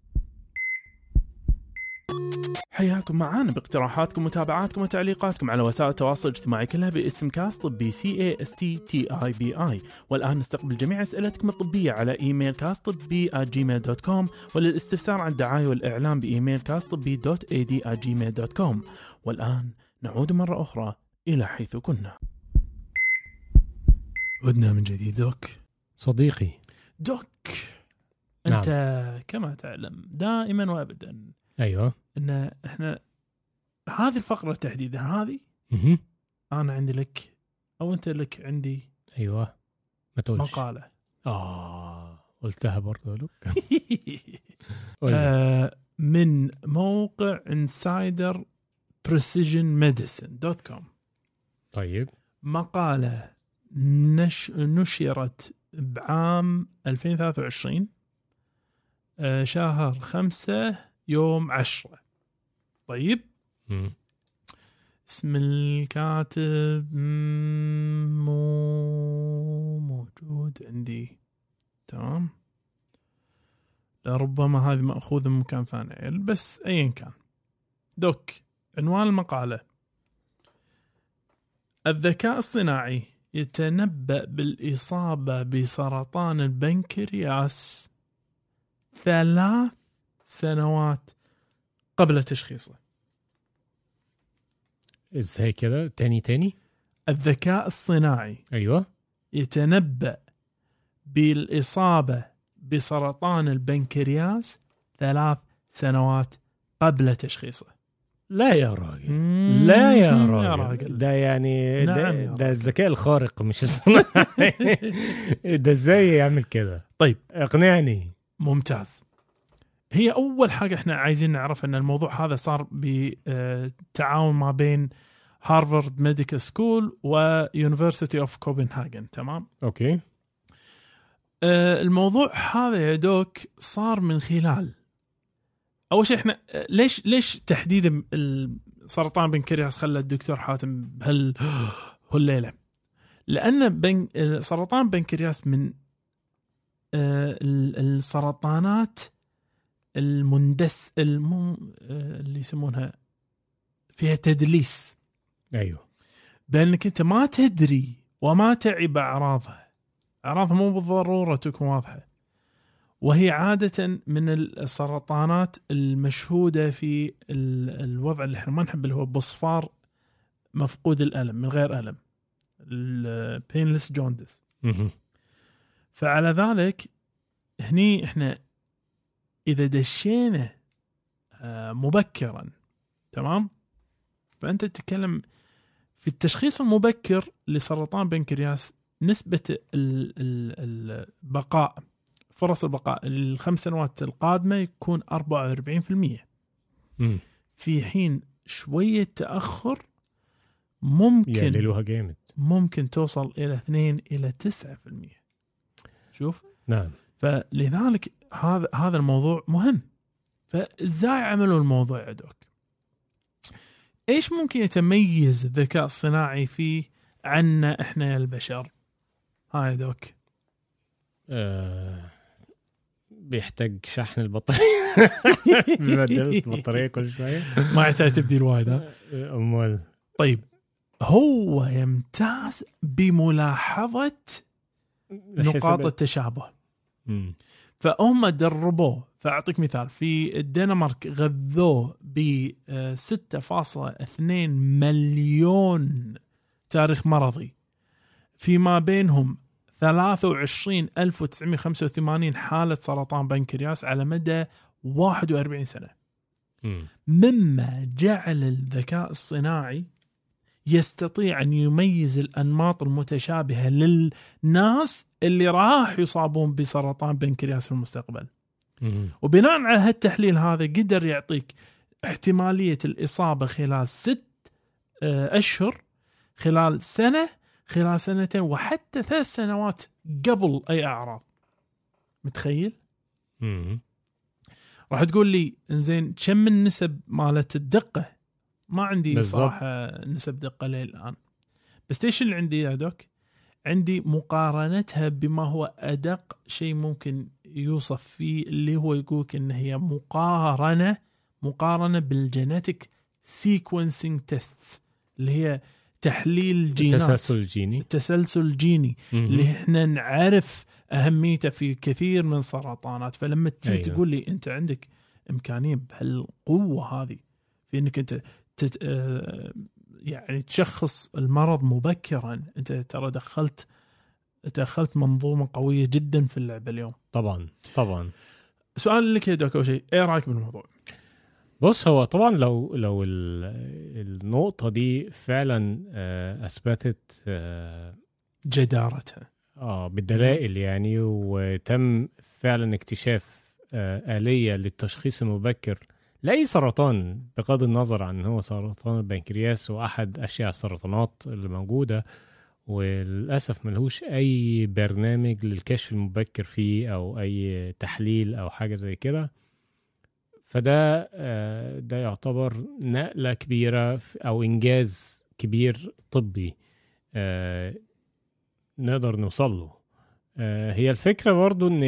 حياكم معانا باقتراحاتكم ومتابعاتكم وتعليقاتكم على وسائل التواصل الاجتماعي كلها باسم كاست طبي سي اي اس تي تي اي بي اي. والان نستقبل جميع اسئلتكم الطبيه على ايميل كاست طبي آت جيميل دوت كوم، وللاستفسار عن الدعايه والاعلان بايميل كاست طبي دوت اي دي آت جيميل دوت كوم. والان نعود مره اخرى الى حيث كنا. عدنا من جديد دوك. صديقي دوك نعم. انت كما تعلم دائما وابدا ايوه ان احنا هذه الفقره تحديدا هذه مه. انا عندي لك او انت لك عندي ايوه ما تقولش مقاله. اه قلتها برضه لك. آه من موقع انسايدر بريسيجن ميديسن دوت كوم. طيب مقاله نش نشرت بعام ألفين وثلاثة وعشرين آه شهر خمسة يوم عشرة. طيب م. اسم الكاتب مو موجود عندي. تمام، لربما هذه مأخوذة من مكان ثاني، بس أيا كان. دوك عنوان المقالة: الذكاء الصناعي يتنبأ بالإصابة بسرطان البنكرياس ثلاث سنوات قبل تشخيصه. ازاي كده؟ تاني تاني. الذكاء الصناعي ايوه يتنبأ بالإصابة بسرطان البنكرياس ثلاث سنوات قبل تشخيصه. لا يا راجل، لا يا راجل, يا راجل. ده يعني نعم ده, يا ده راجل. الذكاء الخارق مش الصناعي. ده ازاي يعمل كده؟ طيب اقنعني. ممتاز. هي أول حاجة احنا عايزين نعرف أن الموضوع هذا صار بتعاون ما بين هارفارد ميديكال سكول ويونيفرسيتي اوف كوبنهاجن. تمام. اوكي. آه الموضوع هذا يا دوك صار من خلال اول شيء احنا ليش ليش تحديدا السرطان بنكرياس خلى الدكتور حاتم بهال هالليله؟ لان بن سرطان بنكرياس من آه السرطانات المندس المو آه اللي يسمونها فيها تدليس. ايوه، بانك انت ما تدري وما تعي باعراضها. اعراضها مو بالضروره تكون واضحه، وهي عادة من السرطانات المشهودة في الوضع اللي احنا ما نحب، اللي هو بصفار مفقود الألم من غير ألم، البينلس جوندس. فعلى ذلك هني احنا إذا دشينا مبكرا، تمام، فأنت تتكلم في التشخيص المبكر لسرطان بنكرياس نسبة البقاء، فرص البقاء الخمس سنوات القادمة يكون أربعة وأربعين بالمئة، في حين شوية تأخر ممكن يقللوها جامد، ممكن توصل إلى اثنين إلى تسعة بالمئة. شوف. نعم. فلذلك هذا هذا الموضوع مهم. فإزاي عملوا الموضوع يا دوك؟ إيش ممكن يتميز الذكاء الصناعي فيه عنا إحنا البشر؟ هاي دوك. آه بيحتاج شحن البطارية. ببدل البطارية كل شوية، ما يحتاج تبديل وايد. ها أمال. طيب هو يمتاز بملاحظة نقاط التشابه. مم. فهم دربوه. فأعطيك مثال: في الدنمارك غذوه ب ستة فاصلة اثنين مليون تاريخ مرضي، فيما بينهم ثلاثة وعشرين ألف وتسعمائة وخمسة وثمانين حالة سرطان بنكرياس على مدى واحد وأربعين سنة. م. مما جعل الذكاء الصناعي يستطيع أن يميز الأنماط المتشابهة للناس اللي راح يصابون بسرطان بنكرياس في المستقبل. م. وبناء على هالتحليل هذا قدر يعطيك احتمالية الإصابة خلال ست أشهر، خلال سنة، خلال سنتين، وحتى ثلاث سنوات قبل أي أعراض. متخيل؟ م. راح تقول لي إنزين كم النسب مالت الدقة ما عندي بالضبط. صراحة نسب دقة لي الآن. بس ايش اللي عندي يا دوك؟ عندي مقارنتها بما هو أدق شيء ممكن يوصف فيه، اللي هو يقولك إن هي مقارنة مقارنة بالجينيتك سيكونسينج تيستس، اللي هي تحليل جينات، التسلسل الجيني التسلسل الجيني مم. اللي احنا نعرف أهميته في كثير من سرطانات. فلما تيجي أيوه. تقول لي أنت عندك إمكانية بهالقوة هذه في إنك أنت تت... آه، يعني تشخص المرض مبكرا، أنت ترى دخلت دخلت منظومة قوية جدا في اللعبة اليوم. طبعا طبعا. سؤال لك يا دوك أول شيء، إيه رأيك بالموضوع؟ بص، هو طبعا لو لو النقطة دي فعلا أثبتت جدارتها اه بالدلائل يعني، وتم فعلا اكتشاف آلية للتشخيص المبكر لأي سرطان بغض النظر عن هو سرطان البنكرياس وأحد أشياء السرطانات اللي موجودة، وللأسف ملهوش أي برنامج للكشف المبكر فيه أو أي تحليل أو حاجة زي كده. فده ده يعتبر نقلة كبيرة أو إنجاز كبير طبي نقدر نوصل له. هي الفكرة برضو إن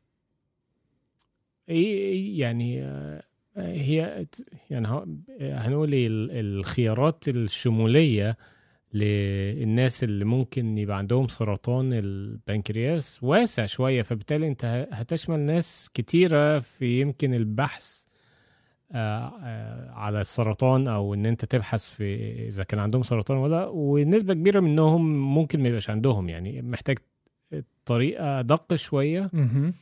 يعني هي يعني هنقول الخيارات الشمولية للناس اللي ممكن يبقى عندهم سرطان البنكرياس واسع شوية، فبالتالي انت هتشمل ناس كتيرة في يمكن البحث على السرطان او ان انت تبحث في اذا كان عندهم سرطان ولا، ونسبة كبيرة منهم ممكن ما يبقاش عندهم، يعني محتاج طريقة دقة شوية.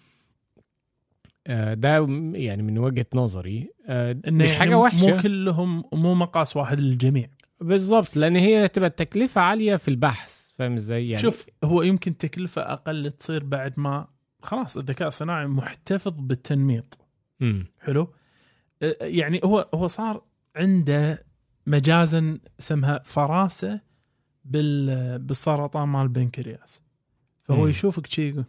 ده يعني من وجهة نظري مش حاجة وحشة، مو كلهم مو مقاس واحد للجميع بالضبط، لان هي تبقى التكلفة عالية في البحث، فاهم ازاي يعني؟ شوف، هو يمكن تكلفة اقل تصير بعد ما خلاص الذكاء الصناعي محتفظ بالتنميط. امم حلو، يعني هو هو صار عنده مجازا اسمها فراسة بال بالسرطان مال البنكرياس، فهو مم. يشوفك شيء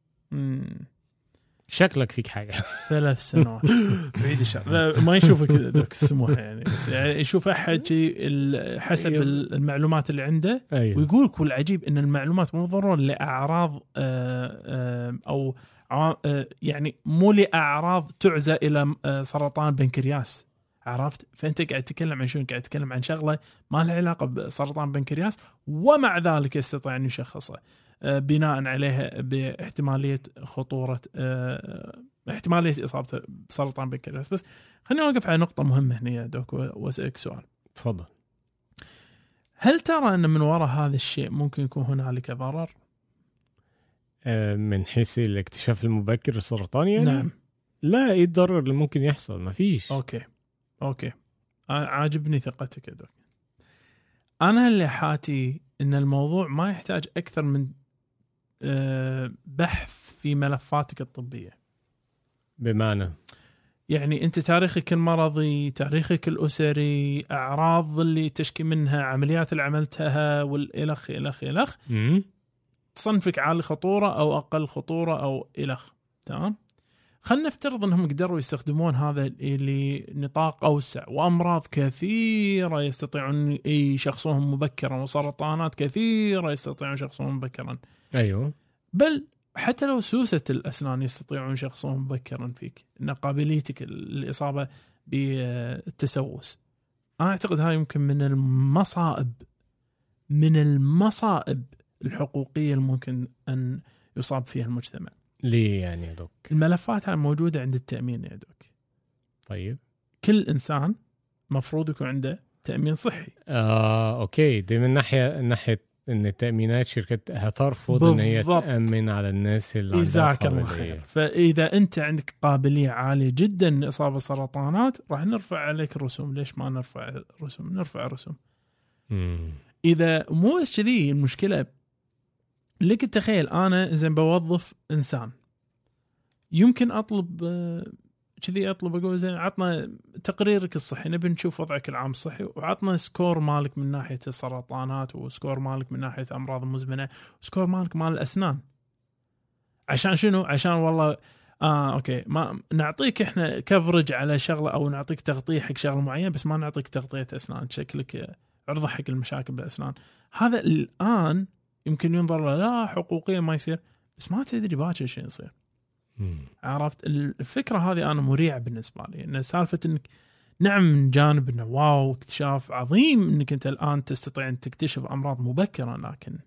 شكلك فيك حاجة ثلاث سنوات بعيد الشر، ما يشوفك ذاك السموحة يعني، بس يعني يشوف أحد شيء حسب المعلومات اللي عنده. أيوه. ويقول كل عجيب إن المعلومات مو ضرورة لأعراض أو يعني مو لأعراض تعزى إلى سرطان البنكرياس، عرفت؟ فأنت قاعد تتكلم عن شنو؟ قاعد تتكلم عن شغلة ما لها علاقة بسرطان البنكرياس، ومع ذلك يستطيع أن يشخصه بناء عليها باحتمالية خطورة احتمالية إصابته بسرطان بنكرياس. بس خليني أوقف على نقطة مهمة هنا يا دوك وأسألك سؤال. تفضل. هل ترى أن من وراء هذا الشيء ممكن يكون هنالك ضرر؟ من حيث الاكتشاف المبكر السرطاني يعني؟ نعم. لا، إيه الضرر اللي ممكن يحصل؟ ما فيش. أوكي أوكي عاجبني ثقتك يا دوك. أنا اللي حاتي إن الموضوع ما يحتاج أكثر من بحث في ملفاتك الطبية. بمعنى يعني أنت تاريخك المرضي، تاريخك الأسري، أعراض اللي تشكي منها، عمليات اللي عملتها، والإلخ إلخ إلخ م- تصنفك عالي خطورة أو أقل خطورة أو إلخ. تمام. خلنا نفترض أنهم قدروا يستخدمون هذا لنطاق أوسع، وأمراض كثيرة يستطيعون يشخصوهم مبكرا، وسرطانات كثيرة يستطيعون يشخصوهم مبكرا. أيوه. بل حتى لو سوسة الأسنان يستطيعون يشخصوهم مبكرا فيك، إن قابليتك الإصابة بالتسوس. أنا أعتقد هاي يمكن من المصائب من المصائب الحقوقية الممكن أن يصاب فيها المجتمع. ليه يعني يا دوك؟ الملفات هاي موجودة عند التأمين يا دوك. طيب كل إنسان مفروض يكون عنده تأمين صحي. آه أوكي، دي من ناحية ناحية إن التأمينات شركات هترفض إن هي تأمن على الناس اللي عندها قابلية. فإذا أنت عندك قابلية عالية جدا لإصابة سرطانات راح نرفع عليك الرسوم. ليش ما نرفع الرسوم؟ نرفع الرسوم. مم. إذا مو بس كذي المشكلة لك، تخيل أنا زين بوظف إنسان، يمكن أطلب كذي أطلب أقول زين عطنا تقريرك الصحي، نبي نشوف وضعك العام الصحي، وعطنا سكور مالك من ناحية السرطانات، وسكور مالك من ناحية أمراض مزمنة، وسكور مالك مال الأسنان. عشان شنو؟ عشان والله اه اوكي، ما نعطيك احنا كفرج على شغله او نعطيك تغطيه حق شغله معينه، بس ما نعطيك تغطيه اسنان، شكلك عرضه حق المشاكل بالاسنان. هذا الان يمكن ينظر له لا حقوقيا ما يصير، بس ما تدري باكر شو يصير. عرفت الفكره هذه؟ انا مريعه بالنسبه لي، ان سالفه انك نعم من جانب انه واو اكتشاف عظيم انك انت الان تستطيع ان تكتشف امراض مبكره، لكن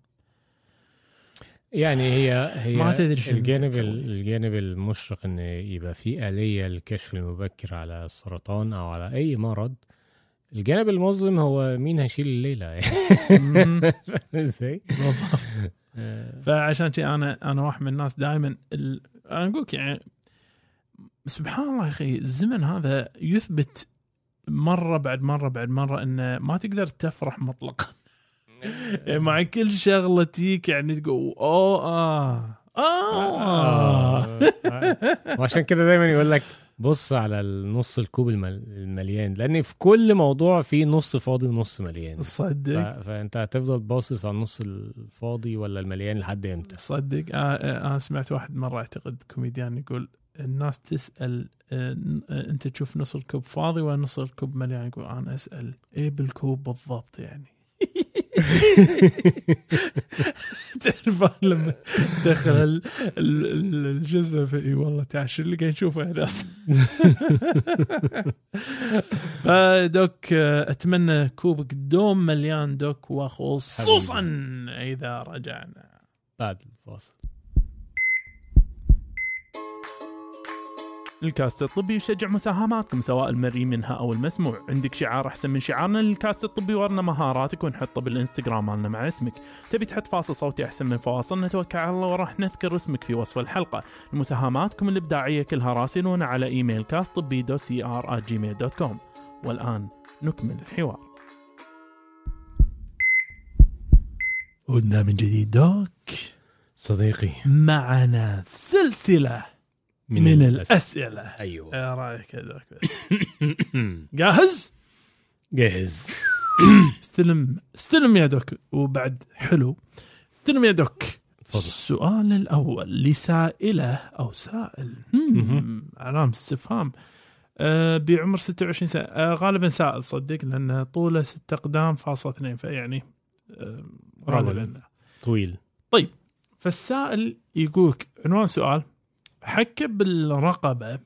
يعني هي هي ما تدري الجانب الجانب المشرق ان يبقى في آلية للكشف المبكر على السرطان او على اي مرض. الجانب المظلم هو مين هيشيل الليله يعني. ازاي بالضبط. فعشان شيء انا انا واحد من الناس دائما ال... انا اقولك يعني سبحان الله يا اخي، الزمن هذا يثبت مره بعد مره بعد مره ان ما تقدر تفرح مطلقا. مع كل شغله تيك يعني تقول اوه اه اه, آه. وعشان كده دايما يقول لك بص على النص الكوب المليان، لان في كل موضوع في نص فاضي ونص مليان. صدق. ف... فانت هتفضل باصص على النص الفاضي ولا المليان لحد امتى؟ صدق. انا آه سمعت واحد مره اعتقد كوميديان يقول الناس تسال آه انت تشوف نص الكوب فاضي ولا نص الكوب مليان؟ يقول انا اسال ايه بالكوب بالضبط يعني. تعرف لما دخل الجزمة في والله تعال اللي قاعد نشوفه يا ناس. فدوك أتمنى كوبك دوم مليان دوك، وخصوصا إذا رجعنا بعد الفاصل. الكاست الطبي يشجع مساهماتكم سواء المرئي منها أو المسموع. عندك شعار أحسن من شعارنا للكاست الطبي؟ ورنا مهاراتك ونحطه بالإنستغرام مالنا مع اسمك. تبي تحط فاصل صوتي أحسن من فواصل؟ نتوكل على الله وراح نذكر اسمك في وصف الحلقة. مساهماتكم الإبداعية كلها راسلونا على إيميل كاست طبي دو سي آر آت جيميل دوت كوم. والآن نكمل الحوار. عدنا من جديد دوك صديقي، معنا سلسلة من, من الأسئلة. أيوة. ايه رأيك يا دوك؟ بس جاهز؟ جاهز. استلم استلم يا دوك. وبعد حلو استلم يا دوك. فضل. السؤال الأول لسائلة أو سائل علامة استفهام أه بعمر ستة وعشرين سنة. أه غالبا سائل صدق، لأن طوله ستة أقدام فاصلة اثنين، فيعني أه غالبا طويل. طيب فالسائل يقولك عنوان سؤال: حكة بالرقبة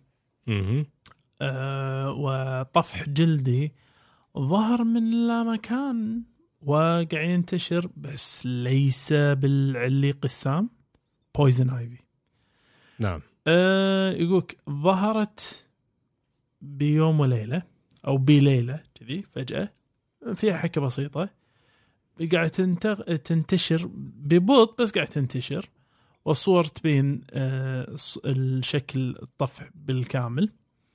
أه وطفح جلدي ظهر من لا مكان وقاعد ينتشر، بس ليس بالعليق السام بويزن ايفي. نعم. أه يقولك ظهرت بيوم وليلة أو بليلة كذي فجأة، فيها حكة بسيطة قاعد تنتشر ببطء، بس قاعد تنتشر، والصور تبين أه الشكل الطفح بالكامل،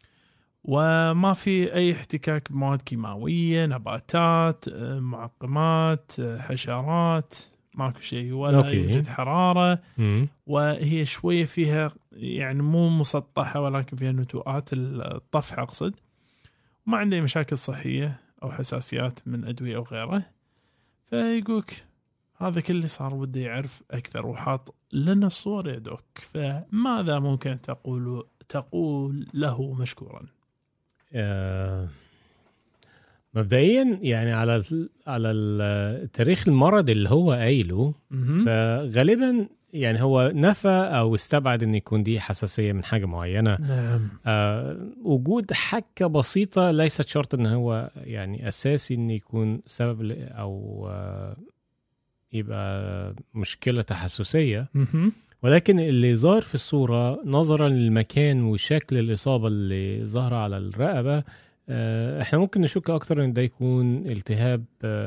وما في أي احتكاك بمواد كيماوية، نباتات، معقمات، حشرات، ماكو شيء، ولا أوكي. يوجد حرارة. مم. وهي شوية فيها يعني مو مسطحة، ولكن فيها نتوءات الطفح أقصد. ما عندي مشاكل صحية أو حساسيات من أدوية أو غيره. فيقولك هذا كل اللي صار، ودي يعرف أكثر، وحاط لنا الصور يا دوك، فماذا ممكن تقول تقول له مشكورا؟ آه مبدئيا يعني على على التاريخ المرض اللي هو قايله، فغالبا يعني هو نفى او استبعد ان يكون دي حساسيه من حاجه معينه. نعم. آه وجود حكه بسيطه ليست شرط ان هو يعني اساسي ان يكون سبب او آه يبقى مشكله تحسسيه. ولكن اللي ظهر في الصورة نظرا للمكان وشكل الإصابة اللي ظهر على الرقبة، احنا ممكن نشك أكتر ان ده يكون التهاب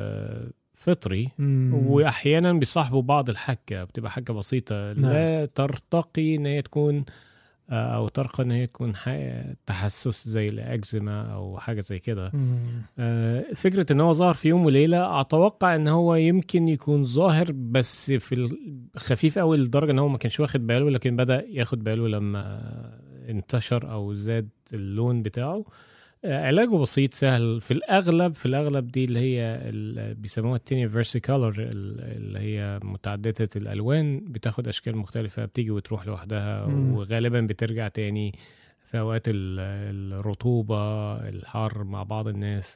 فطري. مم. وأحيانا بيصاحبوا بعض الحكة، بتبقى حكة بسيطة لا ترتقي ان هي تكون او ترقى ان هي تكون تحسس زي الاكزيما او حاجه زي كده. فكره ان هو ظهر في يوم وليله، اتوقع ان هو يمكن يكون ظاهر بس في الخفيف قوي لدرجه ان هو ما كانش واخد باله، لكن بدا ياخد باله لما انتشر او زاد اللون بتاعه. علاجه بسيط سهل في الأغلب في الأغلب دي اللي هي اللي بيسموها التانية فيرسيكولر اللي هي متعددة الألوان، بتاخد أشكال مختلفة، بتيجي وتروح لوحدها مم. وغالبا بترجع تاني في أوقات الرطوبة الحر مع بعض الناس.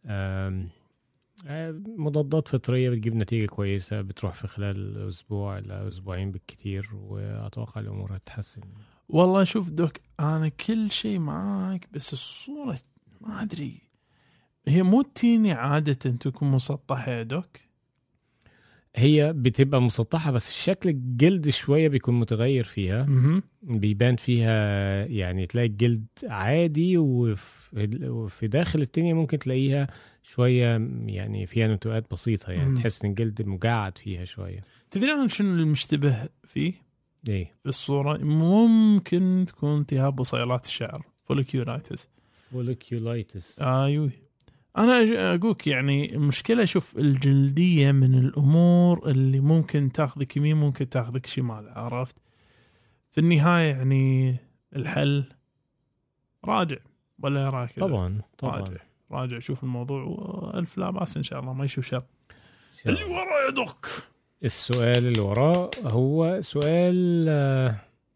مضادات فطرية بتجيب نتيجة كويسة، بتروح في خلال أسبوع إلى أسبوعين بالكتير، وأتوقع الأمور هتتحسن. والله شوف دوك، أنا كل شيء معاك، بس الصورة ما أدري هي مو تيني عادة تكون مسطحة يا دوك. هي بتبقى مسطحة بس الشكل الجلد شوية بيكون متغير فيها. م-م. بيبان فيها يعني تلاقي الجلد عادي، وفي داخل التانية ممكن تلاقيها شوية يعني فيها نتوءات بسيطة، يعني م- تحس ان الجلد مجعد فيها شوية. تدري عن شنو المشتبه فيه؟ ايه في الصورة ممكن تكون التهاب بصيلات الشعر، فوليكيولايتس. فوليكيولايتس ايوه. انا اقولك يعني المشكلة، شوف الجلدية من الامور اللي ممكن تاخذك يمين ممكن تاخذك شمال، عرفت؟ في النهاية يعني الحل راجع، ولا رايك؟ طبعا طبعا راجع راجع شوف الموضوع، والف لا باس ان شاء الله ما يشوف شر. اللي وراه يا دوك، السؤال اللي وراه هو سؤال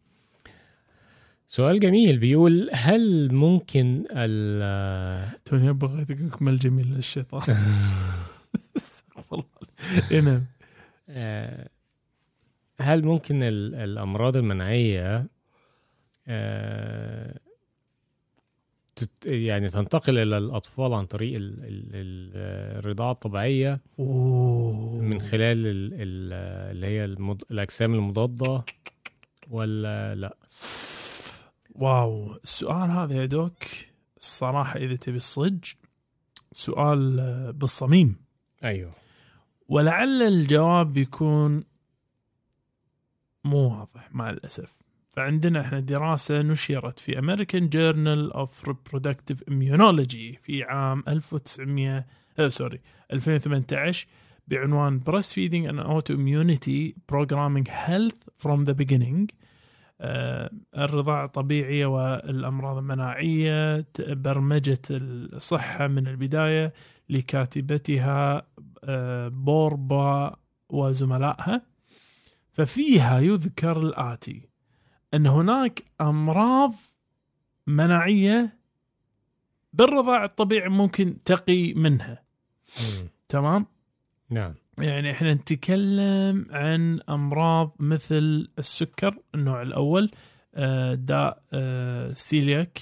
سؤال جميل، بيقول هل ممكن ال توني بغيت اكمل جميل للشيطان. والله هل ممكن الامراض المناعية يعني تنتقل إلى الأطفال عن طريق ال ال ال الرضاعة الطبيعية أوه. من خلال ال ال اللي هي المض... الأجسام المضادة ولا لا؟ واو، السؤال هذا يا دوك الصراحة إذا تبي الصج سؤال بالصميم. أيوه، ولعل الجواب بيكون مو واضح مع الأسف. فعندنا احنا دراسة نشرت في American Journal of Reproductive Immunology في عام ألف وتسعمية اه سوري ألفين وثمانية عشر بعنوان Breastfeeding and Autoimmunity Programming Health from the Beginning. آه الرضاعة الطبيعية والأمراض المناعية، برمجة الصحة من البداية، لكاتبتها آه بوربا وزملائها. ففيها يذكر الآتي: أن هناك أمراض مناعية بالرضاعة الطبيعي ممكن تقي منها. مم. تمام؟ نعم. يعني إحنا نتكلم عن أمراض مثل السكر النوع الأول، داء سيلياك،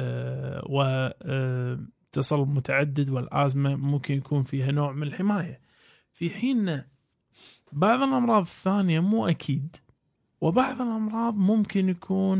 وتصلب متعدد، والآزمة ممكن يكون فيها نوع من الحماية، في حين بعض الأمراض الثانية مو أكيد، وبعض الأمراض ممكن يكون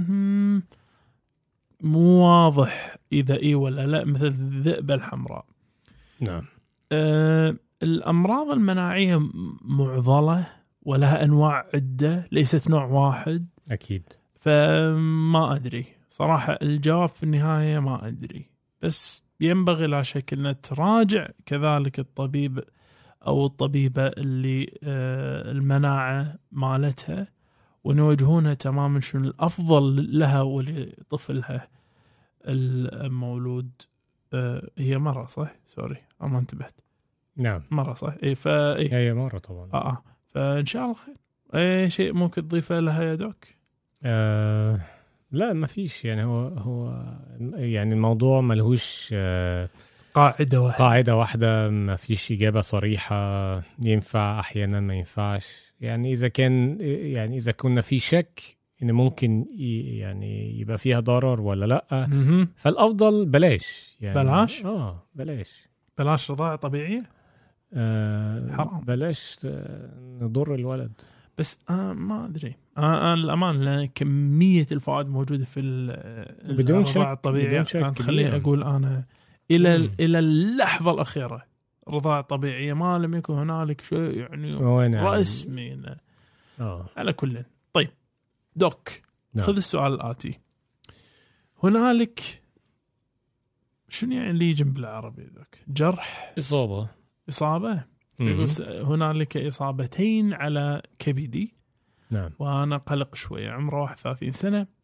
مو واضح إذا إيه ولا لا، مثل الذئبة الحمراء. نعم. أه الأمراض المناعية معضلة ولها أنواع عدة، ليست نوع واحد. أكيد. فما أدري صراحة الجواب في النهاية، ما أدري، بس ينبغي لا شك أن تراجع كذلك الطبيب أو الطبيبة اللي أه المناعة مالتها، ونوجهونها تماما شنو الأفضل لها ولطفلها المولود. أه هي مرة صح؟ سوري أنا انتبهت. نعم مرة صح. إيه فا إيه هي مرة طبعا. آه, آه فإن شاء الله خير. أي شيء ممكن تضيفه لها يا دوك؟ آه لا ما فيش، يعني هو هو يعني الموضوع ملهوش آه قاعدة واحدة. قاعدة واحدة، ما فيش إجابة صريحة، ينفع أحيانا ما ينفعش. يعني إذا كان يعني إذا كنا في شك إن ممكن يعني يبقى فيها ضرر ولا لأ، م-م. فالأفضل بلاش يعني. بلاش آه بلاش بلاش رضاعة طبيعية. آه حرام. بلاش نضر الولد. بس آه ما أدري آه الأمان، لأن كمية الفوائد موجودة في الرضاعة الطبيعية. خليني أقول أنا إلى م. إلى اللحظة الأخيرة رضاعة طبيعية ما لم يكن هنالك شيء يعني رسمي. آه. على كل. طيب دوك، نعم. خذ السؤال الآتي: هنالك شنو يعني ليجن بالعربي دوك؟ جرح، إصابة إصابة. يقول هنالك إصابتين على كبدي. نعم. وأنا قلق شوية، عمره واحد وثلاثين سنة.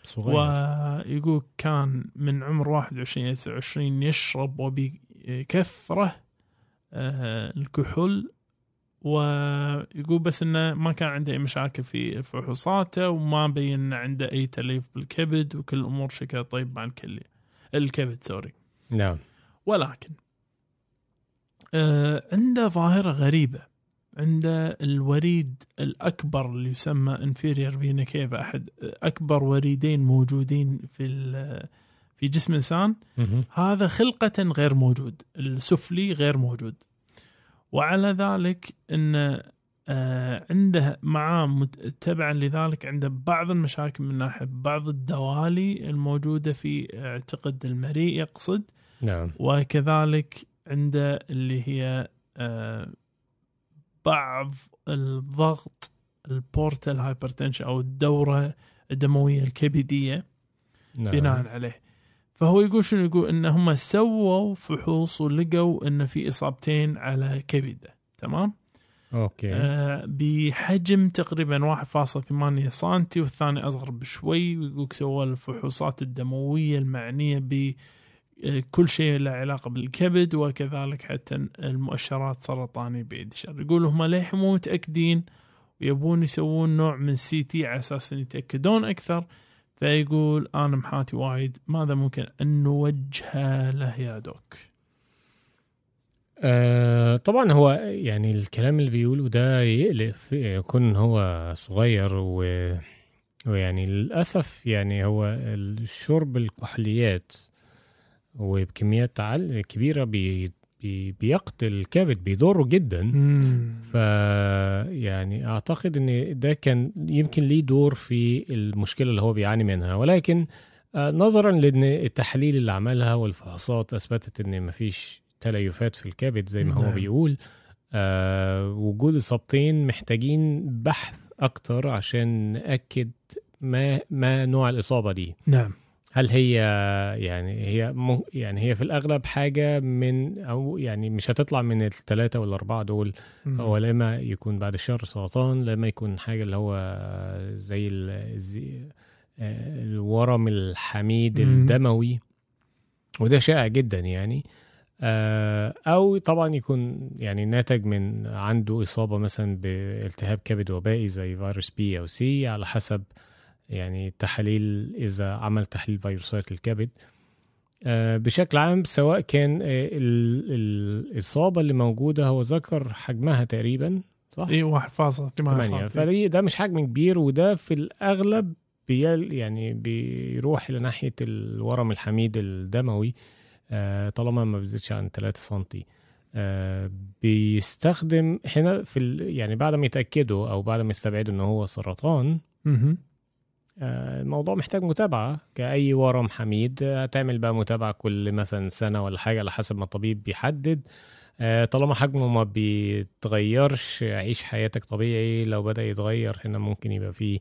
صغير. ويقول كان من عمر واحد وعشرين إلى تسعة وعشرين يشرب وبكثرة الكحول، ويقول بس إنه ما كان عنده أي مشاكل في فحوصاته وما بين عنده أي تليف بالكبد وكل الأمور شكلها طيب مع الكلي الكبد سوري. نعم. ولكن آه عنده ظاهرة غريبة، عنده الوريد الأكبر اللي يسمى inferior vena cava، أحد أكبر وريدين موجودين في في جسم الإنسان. هذا خلقة غير موجود، السفلي غير موجود، وعلى ذلك إن آه عنده معاه تبعا لذلك عنده بعض المشاكل من ناحية بعض الدوالي الموجودة في اعتقد المريء يقصد. نعم. وكذلك عنده اللي هي آه بعض الضغط البورتال هايبرتنشن أو الدورة الدموية الكبدية. نعم. بناء عليه فهو يقول شنو، يقول إن هم سووا فحوص ولقوا إن في إصابتين على كبده. تمام. أوكي. آه بحجم تقريبا واحد فاصلة ثمانية سنتي والثاني أصغر بشوي، ويقول سووا الفحوصات الدموية المعنية بكل شيء له علاقة بالكبد وكذلك حتى المؤشرات سرطانية بعيد الشر. يقولوا هم ليه مو متأكدين ويبون يسوون نوع من سي تي على أساس أن يتأكدون أكثر. فيقول أنا محاتي وايد، ماذا ممكن أن نوجه له يا دوك؟ آه طبعا هو يعني الكلام اللي بيقوله ده يقلق، يكون هو صغير و... ويعني للأسف يعني هو الشرب الكحوليات وبكميات عال كبيرة بي... بي... بيقتل الكبد، بيضره جدا. ف يعني أعتقد أن ده كان يمكن ليه دور في المشكلة اللي هو بيعاني منها، ولكن آه نظرا لأن التحاليل اللي عملها والفحوصات أثبتت أن مفيش تليفات في الكبد زي ما هو بيقول، آه وجود إصابتين محتاجين بحث أكتر عشان نأكد ما ما نوع الإصابة دي. نعم. هل هي يعني هي يعني هي في الأغلب حاجة من أو يعني مش هتطلع من الثلاثة ولا أربعة دول. م- هو لما يكون بعد الشر سرطان، لما يكون حاجة اللي هو زي, زي الورم الحميد م- الدموي، وده شائع جدا يعني. أو طبعا يكون يعني ناتج من عنده إصابة مثلا بالتهاب كبد وبائي زي فيروس بي أو سي، على حسب يعني تحاليل إذا عمل تحليل فيروسات الكبد. بشكل عام سواء كان الإصابة اللي موجودة هو ذكر حجمها تقريبا صح؟ إيه واحد فاصلة ثمانية. فدي ده مش حجم كبير، وده في الأغلب بيل يعني بيروح لناحية الورم الحميد الدموي طالما ما بيزيدش عن ثلاثة سنتي. بيستخدم هنا في يعني بعد ما يتأكدوا أو بعد ما يستبعدوا إنه هو سرطان. الموضوع محتاج متابعة كأي ورم حميد، هتعمل بقى متابعة كل مثلا سنة ولا حاجة على حسب ما الطبيب بيحدد. طالما حجمه ما بيتغيرش عيش حياتك طبيعي. لو بدأ يتغير هنا ممكن يبقى فيه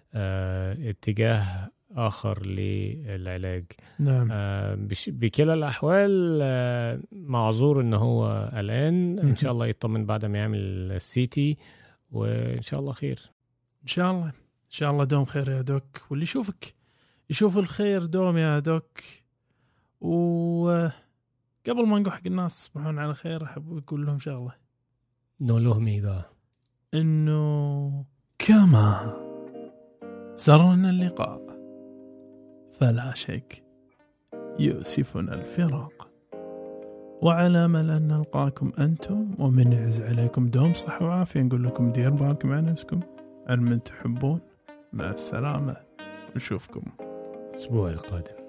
اتجاه آخر للعلاج. نعم. بكلا الأحوال معذور إنه هو قلقان. إن شاء الله يطمن بعد ما يعمل السي تي، وإن شاء الله خير. إن شاء الله إن شاء الله دوم خير يا دوك، واللي يشوفك يشوف الخير دوم يا دوك. وقبل ما نقول حق الناس صبحون على خير، أحب أقول لهم شغلة. نقولهم إيه بقى؟ إنه كما سرنا اللقاء فلا شك يؤسفنا الفراق، وعلى أمل أن نلقاكم أنتم ومن يعز عليكم دوم صحة وعافية. نقول لكم دير بالكم على نفسكم، أن من تحبون. مع السلامة، نشوفكم الأسبوع القادم.